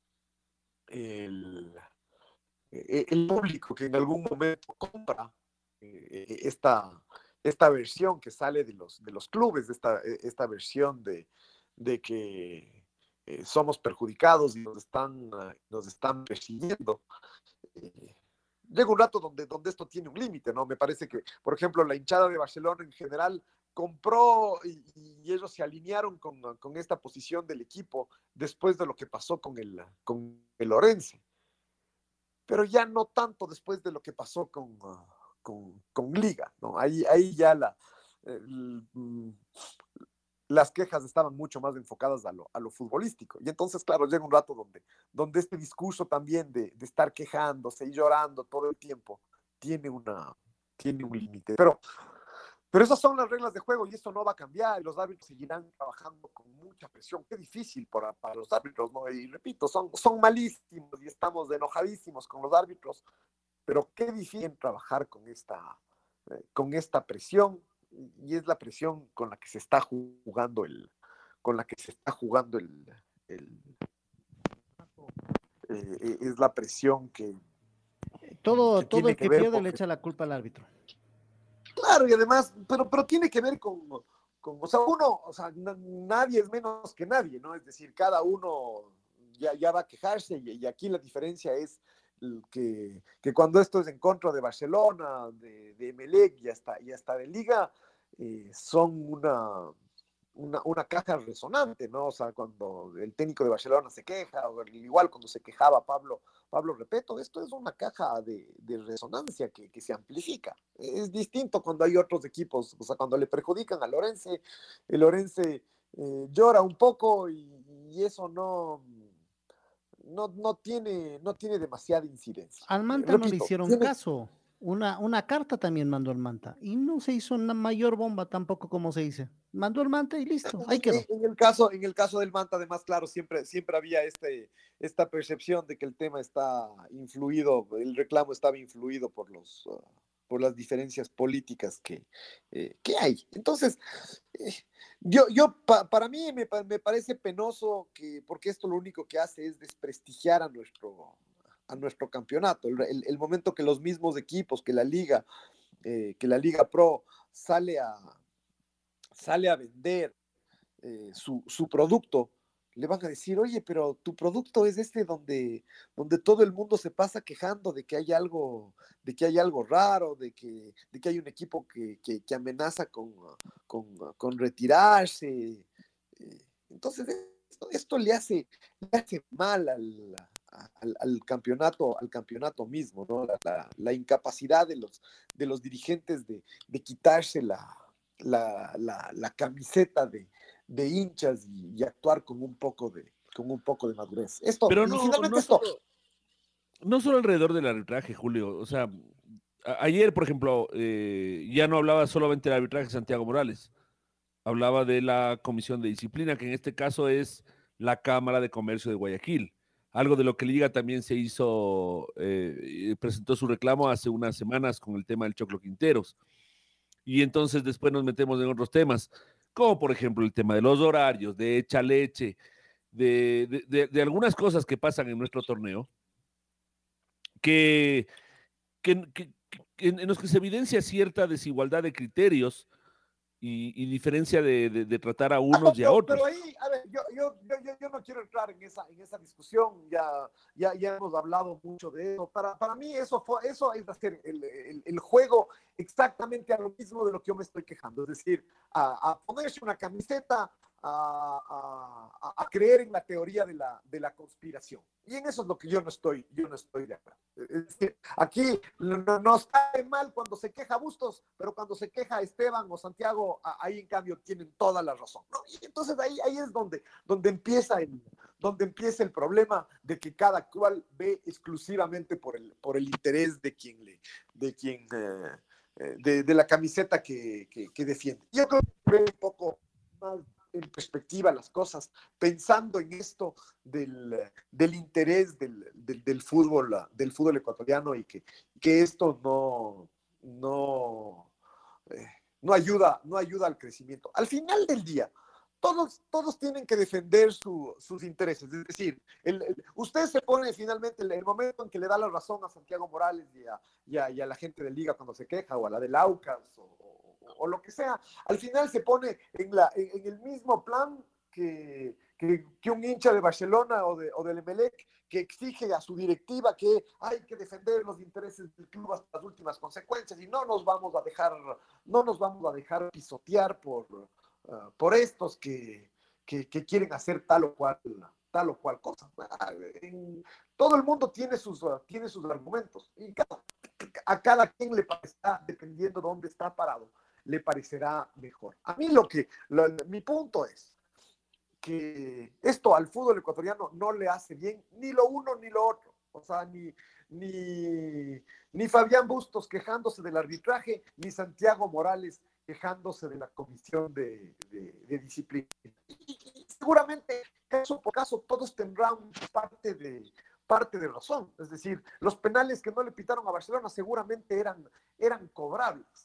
el el público que en algún momento compra eh, esta, esta versión que sale de los, de los clubes, esta, esta versión de, de que eh, somos perjudicados y nos están, uh, nos están persiguiendo. Eh, llega un rato donde, donde esto tiene un límite, ¿no? Me parece que, por ejemplo, la hinchada de Barcelona en general compró y, y ellos se alinearon con, con esta posición del equipo después de lo que pasó con el, con el Orense. Pero ya no tanto después de lo que pasó con, uh, con, con Liga, ¿no? Ahí, ahí ya la, el, las quejas estaban mucho más enfocadas a lo, a lo futbolístico. Y entonces, claro, llega un rato donde, donde este discurso también de, de estar quejándose y llorando todo el tiempo tiene, una, tiene un límite. Pero, pero esas son las reglas de juego y esto no va a cambiar y los árbitros seguirán trabajando con mucha presión. Qué difícil para, para los árbitros, ¿no? Y repito, son, son malísimos y estamos enojadísimos con los árbitros, pero qué difícil trabajar con esta, eh, con esta presión y es la presión con la que se está jugando el, con la que se está jugando el, el eh, es la presión que todo, que todo el que, que pierde porque... le echa la culpa al árbitro. Claro, y además, pero, pero tiene que ver con, con, o sea, uno, o sea, nadie es menos que nadie, ¿no? Es decir, cada uno ya, ya va a quejarse y, y aquí la diferencia es que, que cuando esto es en contra de Barcelona, de, de Emelec y hasta, y hasta de Liga, eh, son una, una, una caja resonante, ¿no? O sea, cuando el técnico de Barcelona se queja, o igual cuando se quejaba Pablo, Pablo Repeto, esto es una caja de, de resonancia que, que se amplifica. Es distinto cuando hay otros equipos, o sea, cuando le perjudican al Orense, el Orense eh, llora un poco y, y eso no, no, no, tiene, no tiene demasiada incidencia. Al Manta Repito, no le hicieron tiene... caso. Una, una carta también mandó el Manta y no se hizo una mayor bomba tampoco como se dice. Mandó el Manta y listo, ahí quedó. En el caso, en el caso del Manta, además, claro, siempre, siempre había este, esta percepción de que el tema está influido, el reclamo estaba influido por, los, uh, por las diferencias políticas que, eh, que hay. Entonces, eh, yo, yo pa, para mí me, me parece penoso que, porque esto lo único que hace es desprestigiar a nuestro... a nuestro campeonato, el, el, el momento que los mismos equipos, que la Liga, eh, que la Liga Pro sale a, sale a vender eh, su, su producto, le van a decir, oye, pero tu producto es este donde, donde todo el mundo se pasa quejando de que hay algo, de que hay algo raro, de que, de que hay un equipo que, que, que amenaza con, con, con retirarse. Entonces, esto, esto le hace, le hace mal al... Al, al campeonato al campeonato mismo, ¿no? La, la, la incapacidad de los, de los dirigentes de, de quitarse la, la, la, la camiseta de, de hinchas y, y actuar con un poco de, con un poco de madurez. Esto, Pero no, no, esto... solo, no solo alrededor del arbitraje, Julio. O sea, a, ayer, por ejemplo, eh, ya no hablaba solamente del arbitraje de Santiago Morales. Hablaba de la Comisión de Disciplina, que en este caso es la Cámara de Comercio de Guayaquil. Algo de lo que Liga también se hizo, eh, presentó su reclamo hace unas semanas con el tema del Choclo Quinteros. Y entonces después nos metemos en otros temas, como por ejemplo el tema de los horarios, de echa leche, de, de, de, de algunas cosas que pasan en nuestro torneo, que, que, que, que en, en los que se evidencia cierta desigualdad de criterios y, y diferencia de, de, de tratar a Ah, unos no, y a pero, otros. pero ahí, a ver, yo, yo, yo, yo, yo no quiero entrar en esa, en esa discusión, ya, ya, ya hemos hablado mucho de eso. Para, para mí eso, fue, eso es hacer el, el, el juego exactamente a lo mismo de lo que yo me estoy quejando, es decir, a, a ponerse una camiseta, a, a, a creer en la teoría de la, de la conspiración. Y en eso es lo que yo no estoy, yo no estoy de acuerdo. Es decir, aquí no, no está mal cuando se queja Bustos, pero cuando se queja Esteban o Santiago, ahí en cambio tienen toda la razón, ¿no? Y entonces ahí, ahí es donde, donde, empieza el, donde empieza el problema de que cada cual ve exclusivamente por el, por el interés de quien le, de quien, eh, de, de la camiseta que, que, que defiende. Yo creo que ve un poco más en perspectiva las cosas, pensando en esto del, del interés del, del, del, fútbol, del fútbol ecuatoriano y que, que esto no, no, eh, no, ayuda, no ayuda al crecimiento. Al final del día, todos, todos tienen que defender su, sus intereses. Es decir, el, el, usted se pone finalmente el, el momento en que le da la razón a Santiago Morales y a, y a, y a la gente de Liga cuando se queja, o a la del Aucas, o, o lo que sea, al final se pone en, la, en, en el mismo plan que, que, que un hincha de Barcelona o, de, o del Emelec que exige a su directiva que hay que defender los intereses del club hasta las últimas consecuencias y no nos vamos a dejar, no nos vamos a dejar pisotear por, uh, por estos que, que, que quieren hacer tal o cual, tal o cual cosa. En, todo el mundo tiene sus, uh, tiene sus argumentos y cada, a cada quien le parecerá, dependiendo de dónde está parado, le parecerá mejor. A mí lo que, lo, mi punto es que esto al fútbol ecuatoriano no le hace bien ni lo uno ni lo otro. O sea, ni, ni, ni Fabián Bustos quejándose del arbitraje, ni Santiago Morales quejándose de la comisión de, de, de disciplina. Y, y seguramente, caso por caso, todos tendrán parte de, parte de razón. Es decir, los penales que no le pitaron a Barcelona seguramente eran, eran cobrables.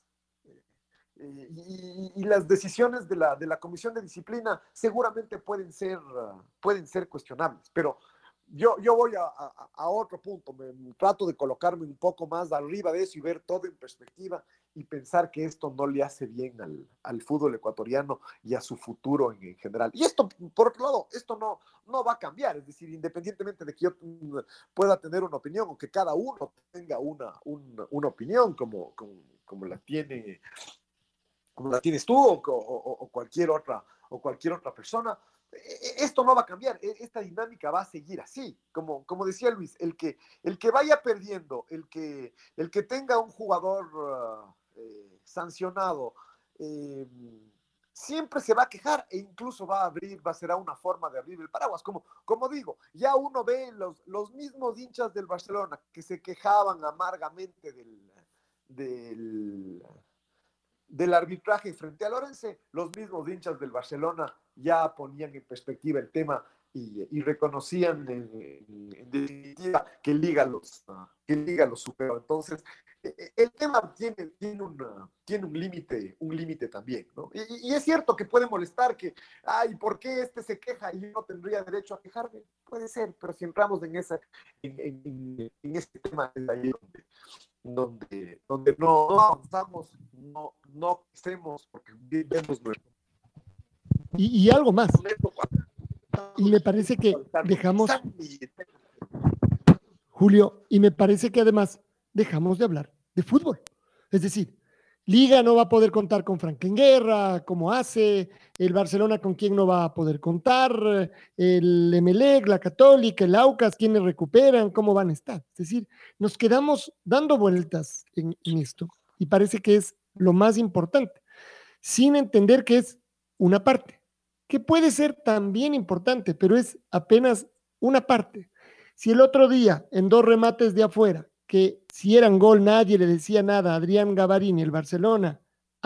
Y, y, y las decisiones de la, de la comisión de disciplina seguramente pueden ser, uh, pueden ser cuestionables, pero yo, yo voy a, a, a otro punto, me, me trato de colocarme un poco más arriba de eso y ver todo en perspectiva y pensar que esto no le hace bien al, al fútbol ecuatoriano y a su futuro en, en general. Y esto, por otro lado, esto no, no va a cambiar, es decir, independientemente de que yo pueda tener una opinión o que cada uno tenga una, una, una opinión como, como, como la tiene como la tienes tú o, o, o, cualquier otra, o cualquier otra persona, esto no va a cambiar, esta dinámica va a seguir así, como, como decía Luis, el que, el que vaya perdiendo, el que, el que tenga un jugador uh, eh, sancionado, eh, siempre se va a quejar e incluso va a abrir, va a ser una forma de abrir el paraguas, como, como digo, ya uno ve los, los mismos hinchas del Barcelona que se quejaban amargamente del... del del arbitraje frente a Lorense, los mismos hinchas del Barcelona ya ponían en perspectiva el tema y, y reconocían en, en, en definitiva que Liga los, que Liga los superó. Entonces, el tema tiene, tiene un, tiene un límite, un límite también, ¿no? Y, y es cierto que puede molestar que, ay, ¿por qué este se queja y yo no tendría derecho a quejarme? Puede ser, pero si entramos en, esa, en, en, en este tema, es ahí donde... Donde, donde no avanzamos, no, no crecemos porque vemos nuestro. Y, y algo más. Y me parece que dejamos, Julio, y me parece que además dejamos de hablar de fútbol. Es decir, Liga no va a poder contar con Franklin Guerra, como hace, el Barcelona con quién no va a poder contar, el Emelec, la Católica, el Aucas, quiénes recuperan, cómo van a estar. Es decir, nos quedamos dando vueltas en, en esto y parece que es lo más importante, sin entender que es una parte, que puede ser también importante, pero es apenas una parte. Si el otro día, en dos remates de afuera, que si eran gol nadie le decía nada a Adrián Gavarini, el Barcelona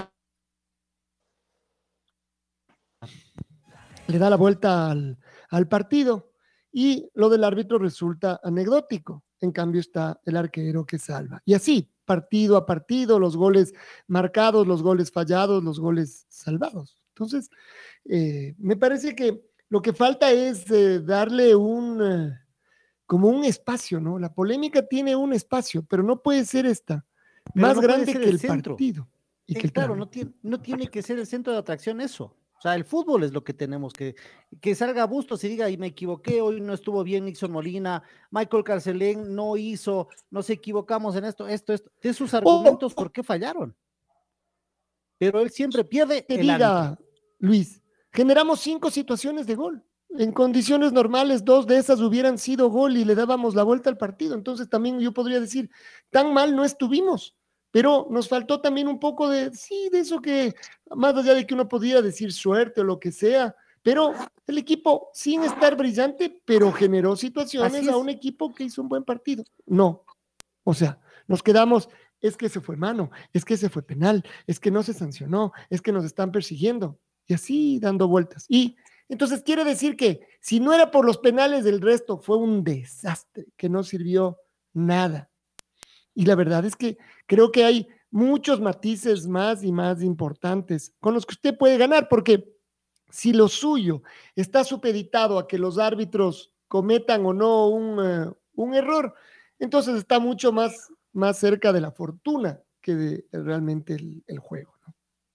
le da la vuelta al, al partido y lo del árbitro resulta anecdótico, en cambio está el arquero que salva, y así, partido a partido, los goles marcados, los goles fallados, los goles salvados. Entonces, eh, me parece que lo que falta es eh, darle un... Eh, como un espacio, ¿no? La polémica tiene un espacio, pero no puede ser esta, pero más no grande que el, el partido. Y Sí, que el claro, tra- no tiene, no tiene que ser el centro de atracción eso. O sea, el fútbol es lo que tenemos que, que salga Bustos y diga, y me equivoqué, hoy no estuvo bien Nixon Molina, Michael Carcelén no hizo, nos equivocamos en esto, esto, esto, de sus O argumentos, ¿por qué fallaron? Pero él siempre pierde que el árbitro. diga, Luis, generamos cinco situaciones de gol. En condiciones normales, dos de esas hubieran sido gol y le dábamos la vuelta al partido. Entonces también yo podría decir, tan mal no estuvimos, pero nos faltó también un poco de, sí, de eso que, más allá de que uno podría decir suerte o lo que sea, pero el equipo, sin estar brillante, pero generó situaciones Así a un es. equipo que hizo un buen partido. No, o sea, nos quedamos, es que se fue mano, es que se fue penal, es que no se sancionó, es que nos están persiguiendo y así dando vueltas. Y entonces quiere decir que si no era por los penales del resto, fue un desastre que no sirvió nada. Y la verdad es que creo que hay muchos matices más y más importantes con los que usted puede ganar, porque si lo suyo está supeditado a que los árbitros cometan o no un, uh, un error, entonces está mucho más, más cerca de la fortuna que de realmente el, el juego, ¿no?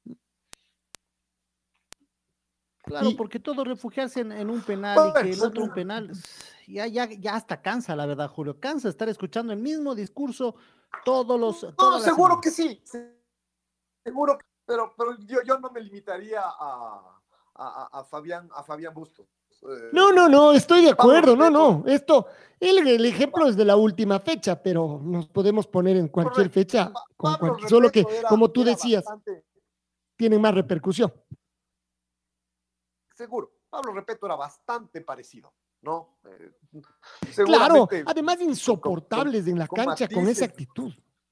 Claro, Y porque todo refugiarse en, en un penal y Bueno, que el otro un penal, ya, ya, ya hasta cansa, la verdad, Julio. Cansa estar escuchando el mismo discurso todos los, no, todas las seguro semanas. que sí, seguro, pero, pero yo, yo no me limitaría a, a, a Fabián, a Fabián Bustos. Eh, no, no, no, estoy de Pablo acuerdo, no, Repeto, no, esto, el, el ejemplo es de la última fecha, pero nos podemos poner en cualquier correcto. fecha, Pa- con Pablo cualquier, solo que, Repeto era, como tú era decías, bastante tienen más repercusión. seguro. Pablo Repeto era bastante parecido, ¿no? Eh, Claro, seguramente además con, con, con, insoportables en la con cancha con esa matices. actitud.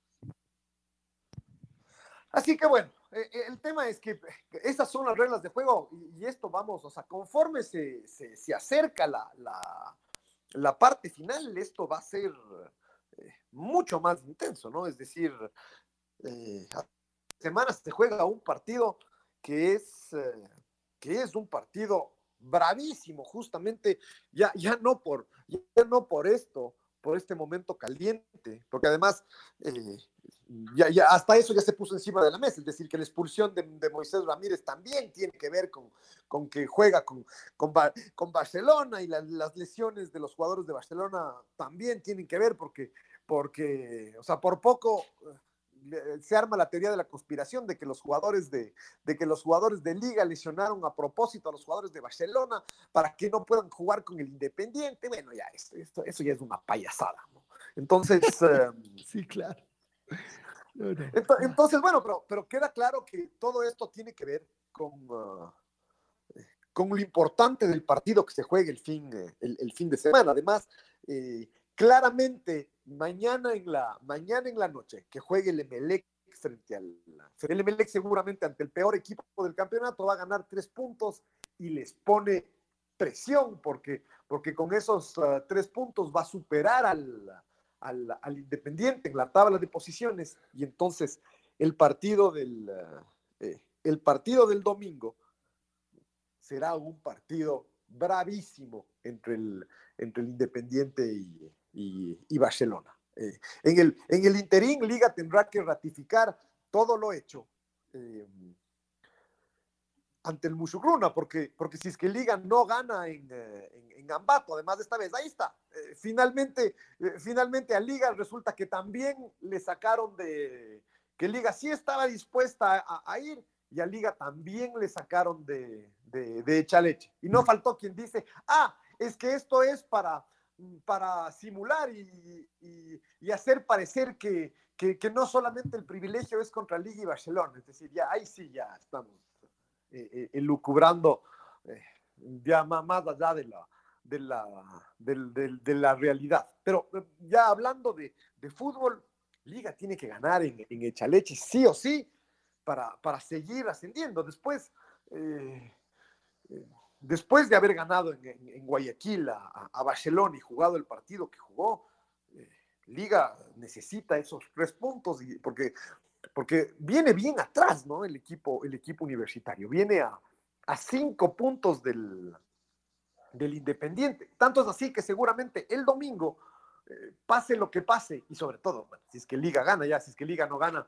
Así que bueno, eh, el tema es que esas son las reglas de juego y, y esto vamos, o sea, conforme se, se, se acerca la, la, la parte final, esto va a ser eh, mucho más intenso, ¿no? Es decir, eh, a semanas se juega un partido que es, eh, que es un partido bravísimo, justamente, ya, ya, no por, ya no por esto, por este momento caliente, porque además eh, ya, ya hasta eso ya se puso encima de la mesa, es decir, que la expulsión de, de Moisés Ramírez también tiene que ver con, con que juega con, con, con Barcelona y la, las lesiones de los jugadores de Barcelona también tienen que ver porque, porque o sea, por poco se arma la teoría de la conspiración de que los jugadores de, de que los jugadores de Liga lesionaron a propósito a los jugadores de Barcelona para que no puedan jugar con el Independiente. Bueno, ya esto, esto, eso ya es una payasada, ¿no? Entonces, eh, sí, claro. No, no. Ento, entonces, bueno, pero, pero queda claro que todo esto tiene que ver con, uh, con lo importante del partido que se juegue el fin, el, el fin de semana. Además, eh, claramente mañana en la mañana en la noche que juegue el Emelec frente al el Emelec seguramente ante el peor equipo del campeonato va a ganar tres puntos y les pone presión porque, porque con esos uh, tres puntos va a superar al, al, al Independiente en la tabla de posiciones y entonces el partido del uh, eh, el partido del domingo será un partido bravísimo entre el, entre el Independiente y Y, y Barcelona. Eh, en, el, en el interín, Liga tendrá que ratificar todo lo hecho eh, ante el Mushugruna, porque, porque si es que Liga no gana en, en, en Ambato, además de esta vez, ahí está. Eh, finalmente, eh, finalmente a Liga resulta que también le sacaron de... que Liga sí estaba dispuesta a, a ir y a Liga también le sacaron de, de, de Echaleche. Y no faltó quien dice, ah, es que esto es para... para simular y, y, y hacer parecer que, que, que no solamente el privilegio es contra Liga y Barcelona, es decir, ya ahí sí ya estamos eh, eh, elucubrando eh, ya más, más allá de la, de, la, de, de, de la realidad. Pero ya hablando de, de fútbol, Liga tiene que ganar en, en Echaleche sí o sí para, para seguir ascendiendo. Después... Eh, eh, Después de haber ganado en, en, en Guayaquil a, a Barcelona y jugado el partido que jugó, eh, Liga necesita esos tres puntos y porque, porque viene bien atrás, ¿no? El equipo, el equipo universitario. Viene a, a cinco puntos del, del Independiente. Tanto es así que seguramente el domingo, eh, pase lo que pase, y sobre todo, bueno, si es que Liga gana ya, si es que Liga no gana,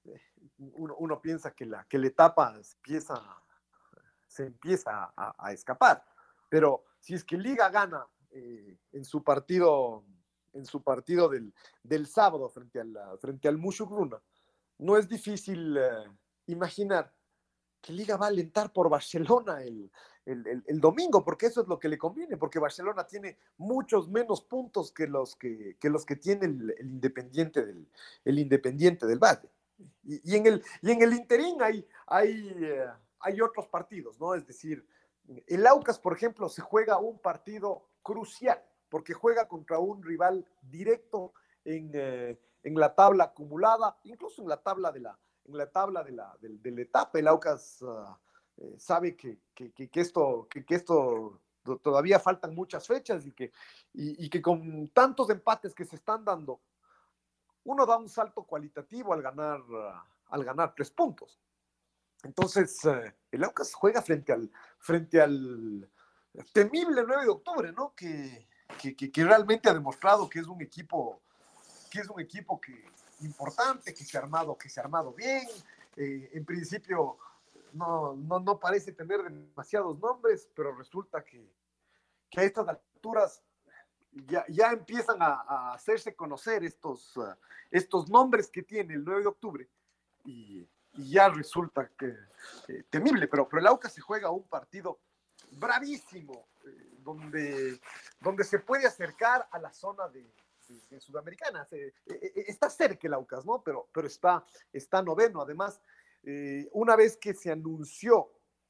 uno, uno piensa que la, que la etapa empieza, se empieza a, a escapar. Pero si es que Liga gana eh, en su partido, en su partido del, del sábado frente al, frente al Mushuk-Runa, no es difícil eh, imaginar que Liga va a alentar por Barcelona el, el, el, el domingo, porque eso es lo que le conviene, porque Barcelona tiene muchos menos puntos que los que, que, los que tiene el, el, Independiente del, el Independiente del Valle. Y, y, en el, y en el interín hay, hay, eh, hay otros partidos, ¿no? Es decir, el Aucas, por ejemplo, se juega un partido crucial, porque juega contra un rival directo en, eh, en la tabla acumulada, incluso en la tabla de la, en la, tabla de la, de, de la etapa. El Aucas uh, eh, sabe que, que, que, que, esto, que, que esto todavía faltan muchas fechas y que, y, y que con tantos empates que se están dando, uno da un salto cualitativo al ganar, uh, al ganar tres puntos. Entonces, uh, el Aucas juega frente al, frente al temible nueve de octubre, ¿no? Que, que, que, que realmente ha demostrado que es un equipo, que es un equipo que importante, que se ha armado, que se ha armado bien. Eh, en principio no, no, no parece tener demasiados nombres, pero resulta que, que a estas alturas ya, ya empiezan a, a hacerse conocer estos, uh, estos nombres que tiene el nueve de octubre y, y ya resulta que eh, temible, pero, pero el Aucas se juega un partido bravísimo, eh, donde, donde se puede acercar a la zona de De, de Sudamericana. Se, eh, está cerca el Aucas, ¿no? Pero, pero está, está noveno. Además, eh, una vez que se anunció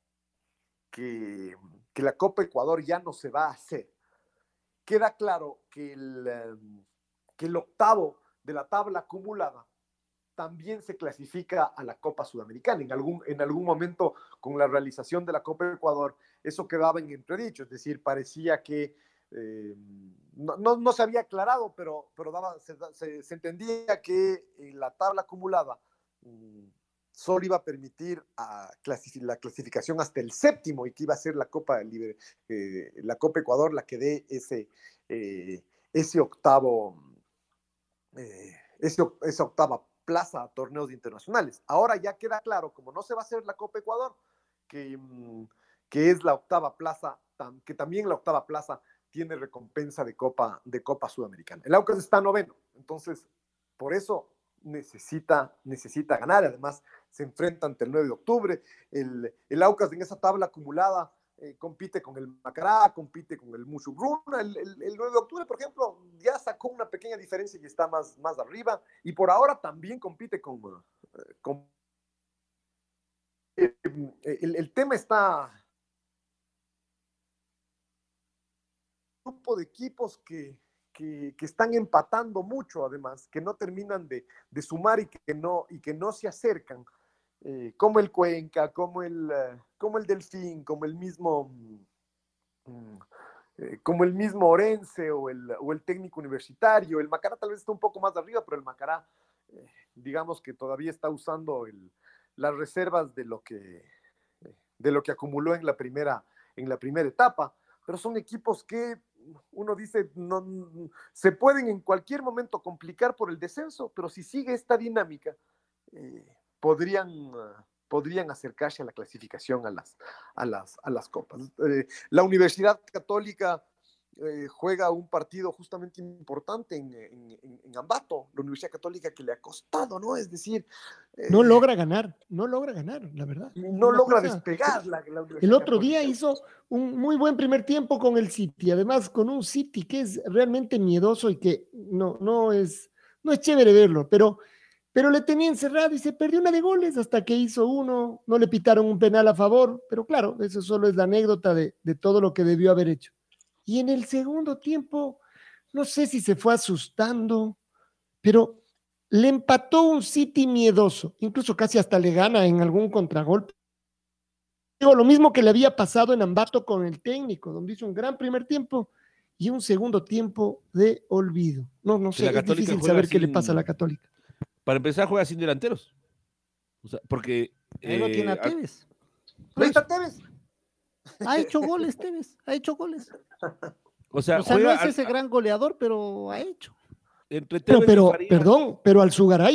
que, que la Copa Ecuador ya no se va a hacer, queda claro que el, um, que el octavo de la tabla acumulada también se clasifica a la Copa Sudamericana. En algún, en algún momento, con la realización de la Copa Ecuador, eso quedaba en entredicho, es decir, parecía que Eh, no, no, no se había aclarado, pero, pero daba, se, se, se entendía que en la tabla acumulada mmm, solo iba a permitir a clasific la clasificación hasta el séptimo y que iba a ser la Copa Libre, eh, la Copa Ecuador la que dé ese, eh, ese octavo eh, ese, esa octava plaza a torneos internacionales. Ahora ya queda claro, como no se va a hacer la Copa Ecuador, que, mmm, que es la octava plaza, tam, que también la octava plaza tiene recompensa de Copa, de Copa Sudamericana. El Aucas está noveno, entonces por eso necesita, necesita ganar. Además, se enfrenta ante el nueve de octubre. El, el Aucas en esa tabla acumulada eh, compite con el Macará, compite con el Mushuk-Runa. El, el, el nueve de octubre, por ejemplo, ya sacó una pequeña diferencia y está más, más arriba. Y por ahora también compite con... Eh, con eh, el, el tema está... grupo de equipos que, que, que están empatando mucho, además, que no terminan de, de sumar y que no, y que no se acercan, eh, como el Cuenca, como el, uh, como el Delfín, como el mismo um, eh, como el mismo Orense o el, o el Técnico Universitario. El Macará tal vez está un poco más arriba, pero el Macará, eh, digamos que todavía está usando el, las reservas de lo que, de lo que acumuló en la primera, en la primera etapa. Pero son equipos que uno dice, no, se pueden en cualquier momento complicar por el descenso, pero si sigue esta dinámica, eh, podrían, uh, podrían acercarse a la clasificación a las, a las, a las copas. Eh, la Universidad Católica eh, juega un partido justamente importante en, en, en Ambato, la Universidad Católica que le ha costado, ¿no? Es decir... Eh, no logra ganar, no logra ganar, la verdad. No Una logra cosa, despegar la, la Universidad El otro Católica. día hizo un muy buen primer tiempo con el City, además con un City que es realmente miedoso y que no, no, es, no es chévere verlo, pero, pero le tenía encerrado y se perdió una de goles hasta que hizo uno, no le pitaron un penal a favor, pero claro, eso solo es la anécdota de, de todo lo que debió haber hecho. Y en el segundo tiempo, no sé si se fue asustando, pero le empató un City miedoso, incluso casi hasta le gana en algún contragolpe. Digo, lo mismo que le había pasado en Ambato con el técnico, donde hizo un gran primer tiempo y un segundo tiempo de olvido. No, no sé, es difícil saber sin... qué le pasa a la Católica. Para empezar, juega sin delanteros. O sea, porque... Ahí lo eh, tiene a Tevez. Ahí está Tevez. Ha hecho goles, Tevez, ha hecho goles. O sea, o sea no es ese a... gran goleador, pero ha hecho. Entre pero, pero perdón, pero al Sugaray,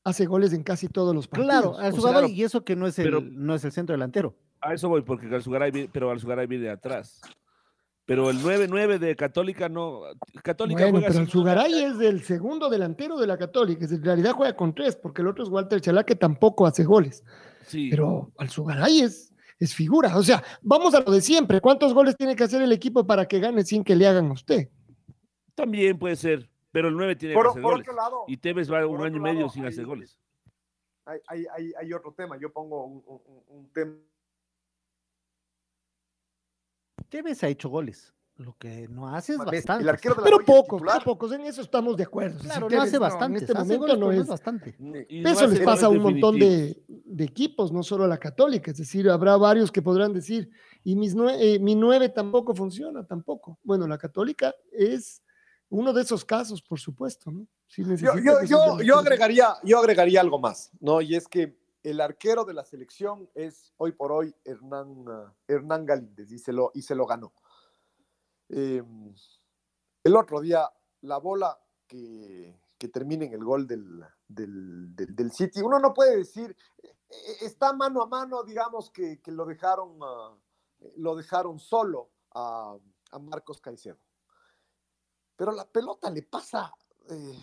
hace goles en casi todos los partidos. Claro, Alzugaray, sea, y eso que no es, el, pero- no es el centro delantero. A eso voy, porque Alzugaray viene, pero Alzugaray viene de atrás. Pero el nueve nueve de Católica no. Católica Bueno, juega pero sin- el Zugaray es el segundo delantero de la Católica, en realidad juega con tres, porque el otro es Walter Chalá, que tampoco hace goles. Sí, Pero al Zugaray es, es figura. O sea, vamos a lo de siempre. ¿Cuántos goles tiene que hacer el equipo para que gane sin que le hagan a usted? también puede ser. Pero el nueve tiene Por, que hacer por goles. otro lado, Y Tevez va por un otro año y lado, medio sin hay- hacer goles. hay, hay, hay, hay otro tema. Yo pongo un, un- un tema. Tevez ha hecho goles. Lo que no hace es El bastante. arquero de la Pero Noria, el pocos, titular, pocos, en eso estamos de acuerdo. Claro, Si no Tevez, hace bastante. en este hace momento goles, no pero no es. es bastante. Y no Eso les hace pasa a un goles montón definitivos. de, de equipos, no solo a la Católica. Es decir, habrá varios que podrán decir, y mis nue- eh, mi nueve tampoco funciona, tampoco. Bueno, la Católica es uno de esos casos, por supuesto, ¿no? Sí Yo, necesita yo, que yo, sus yo, delanteros- agregaría, yo agregaría algo más, ¿no? Y es que el arquero de la selección es hoy por hoy Hernán, uh, Hernán Galíndez y se lo, y se lo ganó. Eh, el otro día, la bola que, que termina en el gol del, del, del, del City, uno no puede decir, eh, está mano a mano, digamos que, que lo, dejaron, uh, lo dejaron solo a, a Marcos Caicedo. Pero la pelota le pasa eh,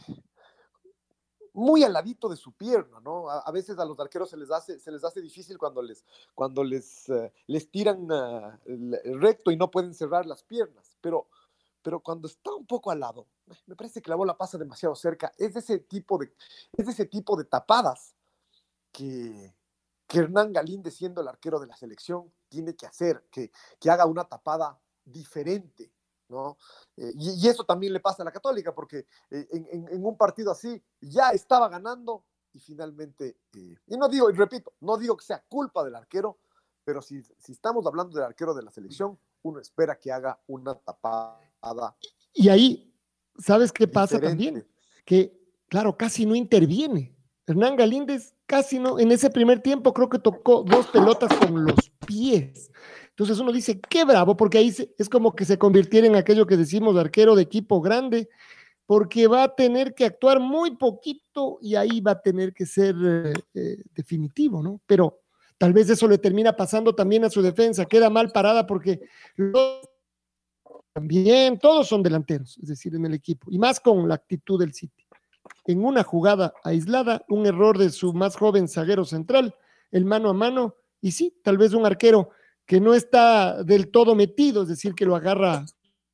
muy al ladito de su pierna, ¿no? A, a veces a los arqueros se les hace, se les hace difícil cuando les, cuando les, uh, les tiran uh, el, el recto y no pueden cerrar las piernas, pero, pero cuando está un poco al lado, me parece que la bola pasa demasiado cerca. Es de ese tipo de, es de, ese tipo de tapadas que, que Hernán Galíndez, siendo el arquero de la selección, tiene que hacer, que, que haga una tapada diferente, ¿no? Eh, y, y eso también le pasa a la Católica, porque eh, en, en, en un partido así ya estaba ganando y finalmente, eh, y no digo, y repito, no digo que sea culpa del arquero, pero si, si estamos hablando del arquero de la selección, uno espera que haga una tapada. Y ahí, ¿sabes qué pasa diferente. también? Que, claro, casi no interviene. Hernán Galíndez casi no, en ese primer tiempo creo que tocó dos pelotas con los pies. Entonces uno dice, qué bravo, porque ahí se, es como que se convirtiera en aquello que decimos arquero de equipo grande, porque va a tener que actuar muy poquito y ahí va a tener que ser eh, eh, definitivo, ¿no? Pero tal vez eso le termina pasando también a su defensa, queda mal parada porque los, también todos son delanteros, es decir, en el equipo, y más con la actitud del City. En una jugada aislada, un error de su más joven zaguero central, el mano a mano, y sí, tal vez un arquero que no está del todo metido, es decir, que lo agarra.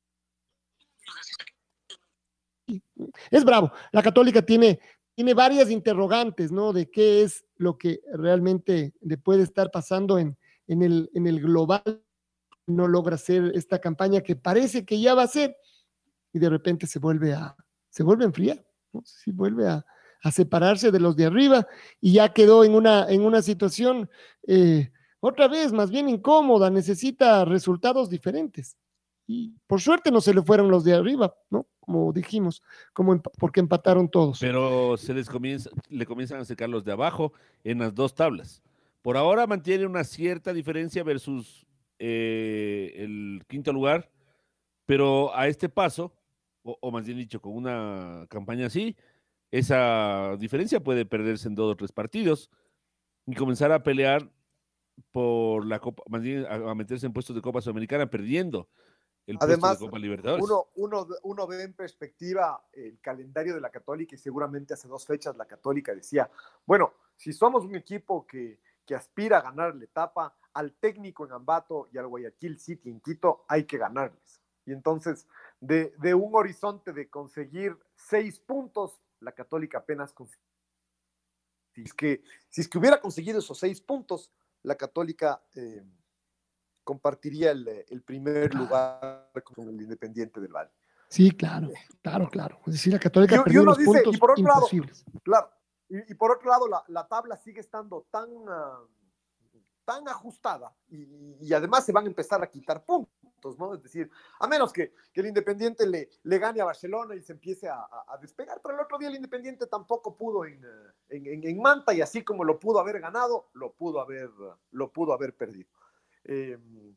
Es bravo. La Católica tiene, tiene varias interrogantes, ¿no? De qué es lo que realmente le puede estar pasando en, en, el, en el global. No logra hacer esta campaña que parece que ya va a ser, y de repente se vuelve a, se vuelve a enfriar, ¿no? Sí, vuelve a, a separarse de los de arriba, y ya quedó en una, en una situación eh, otra vez más bien incómoda, necesita resultados diferentes. Y por suerte no se le fueron los de arriba, ¿no? Como dijimos, como emp- porque empataron todos. Pero se les comienza, le comienzan a secar los de abajo en las dos tablas. Por ahora mantiene una cierta diferencia versus eh, el quinto lugar, pero a este paso, o, o más bien dicho, con una campaña así, esa diferencia puede perderse en dos o tres partidos y comenzar a pelear por la Copa, más bien a, a meterse en puestos de Copa Sudamericana, perdiendo el Además, puesto de Copa Libertadores. Uno, uno, uno ve en perspectiva el calendario de la Católica, y seguramente hace dos fechas la Católica decía, bueno, si somos un equipo que, que aspira a ganar la etapa, al técnico en Ambato y al Guayaquil City en Quito hay que ganarles. Y entonces, de, de un horizonte de conseguir seis puntos, la Católica apenas consiguió. Si es que, si es que hubiera conseguido esos seis puntos, la Católica eh, compartiría el, el primer lugar con el Independiente del Valle. Sí, claro, claro, claro. Es decir, la Católica Y- y perdió uno unos dice, puntos y por otro lado, imposibles. Claro, y, y por otro lado, la, la tabla sigue estando tan, uh, tan ajustada, y, y además se van a empezar a quitar puntos, ¿no? Es decir, a menos que, que el Independiente le, le gane a Barcelona y se empiece a, a, a despegar, pero el otro día el Independiente tampoco pudo en, en, en, en Manta, y así como lo pudo haber ganado, lo pudo haber, lo pudo haber perdido. Eh,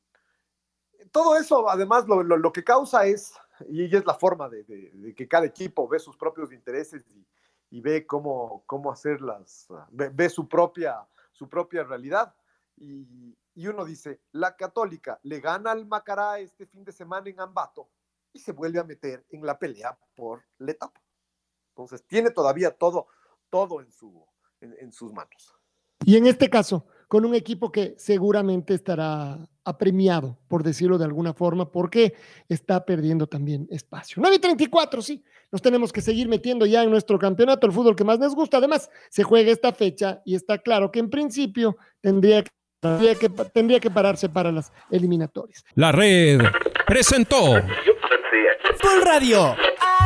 todo eso, además, lo, lo, lo que causa es, y es la forma de, de, de que cada equipo ve sus propios intereses y, y ve cómo, cómo hacerlas, ve, ve su, propia, su propia realidad. Y, y uno dice, la Católica le gana al Macará este fin de semana en Ambato y se vuelve a meter en la pelea por la etapa. Entonces tiene todavía todo, todo en, su, en, en sus manos. Y en este caso, con un equipo que seguramente estará apremiado, por decirlo de alguna forma, porque está perdiendo también espacio. nueve y treinta y cuatro, sí, nos tenemos que seguir metiendo ya en nuestro campeonato, el fútbol que más nos gusta. Además, se juega esta fecha y está claro que en principio tendría que, tendría que, tendría que pararse para las eliminatorias. La Red presentó Fútbol Radio.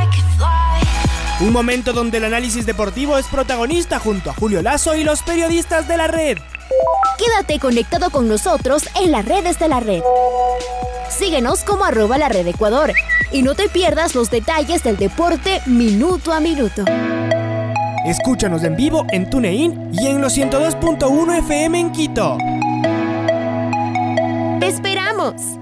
Un momento donde el análisis deportivo es protagonista junto a Julio Lazo y los periodistas de La Red. Quédate conectado con nosotros en las redes de La Red. Síguenos como arroba La Red Ecuador y no te pierdas los detalles del deporte minuto a minuto. Escúchanos en vivo en TuneIn y en los ciento dos punto uno F M en Quito. ¡Te esperamos!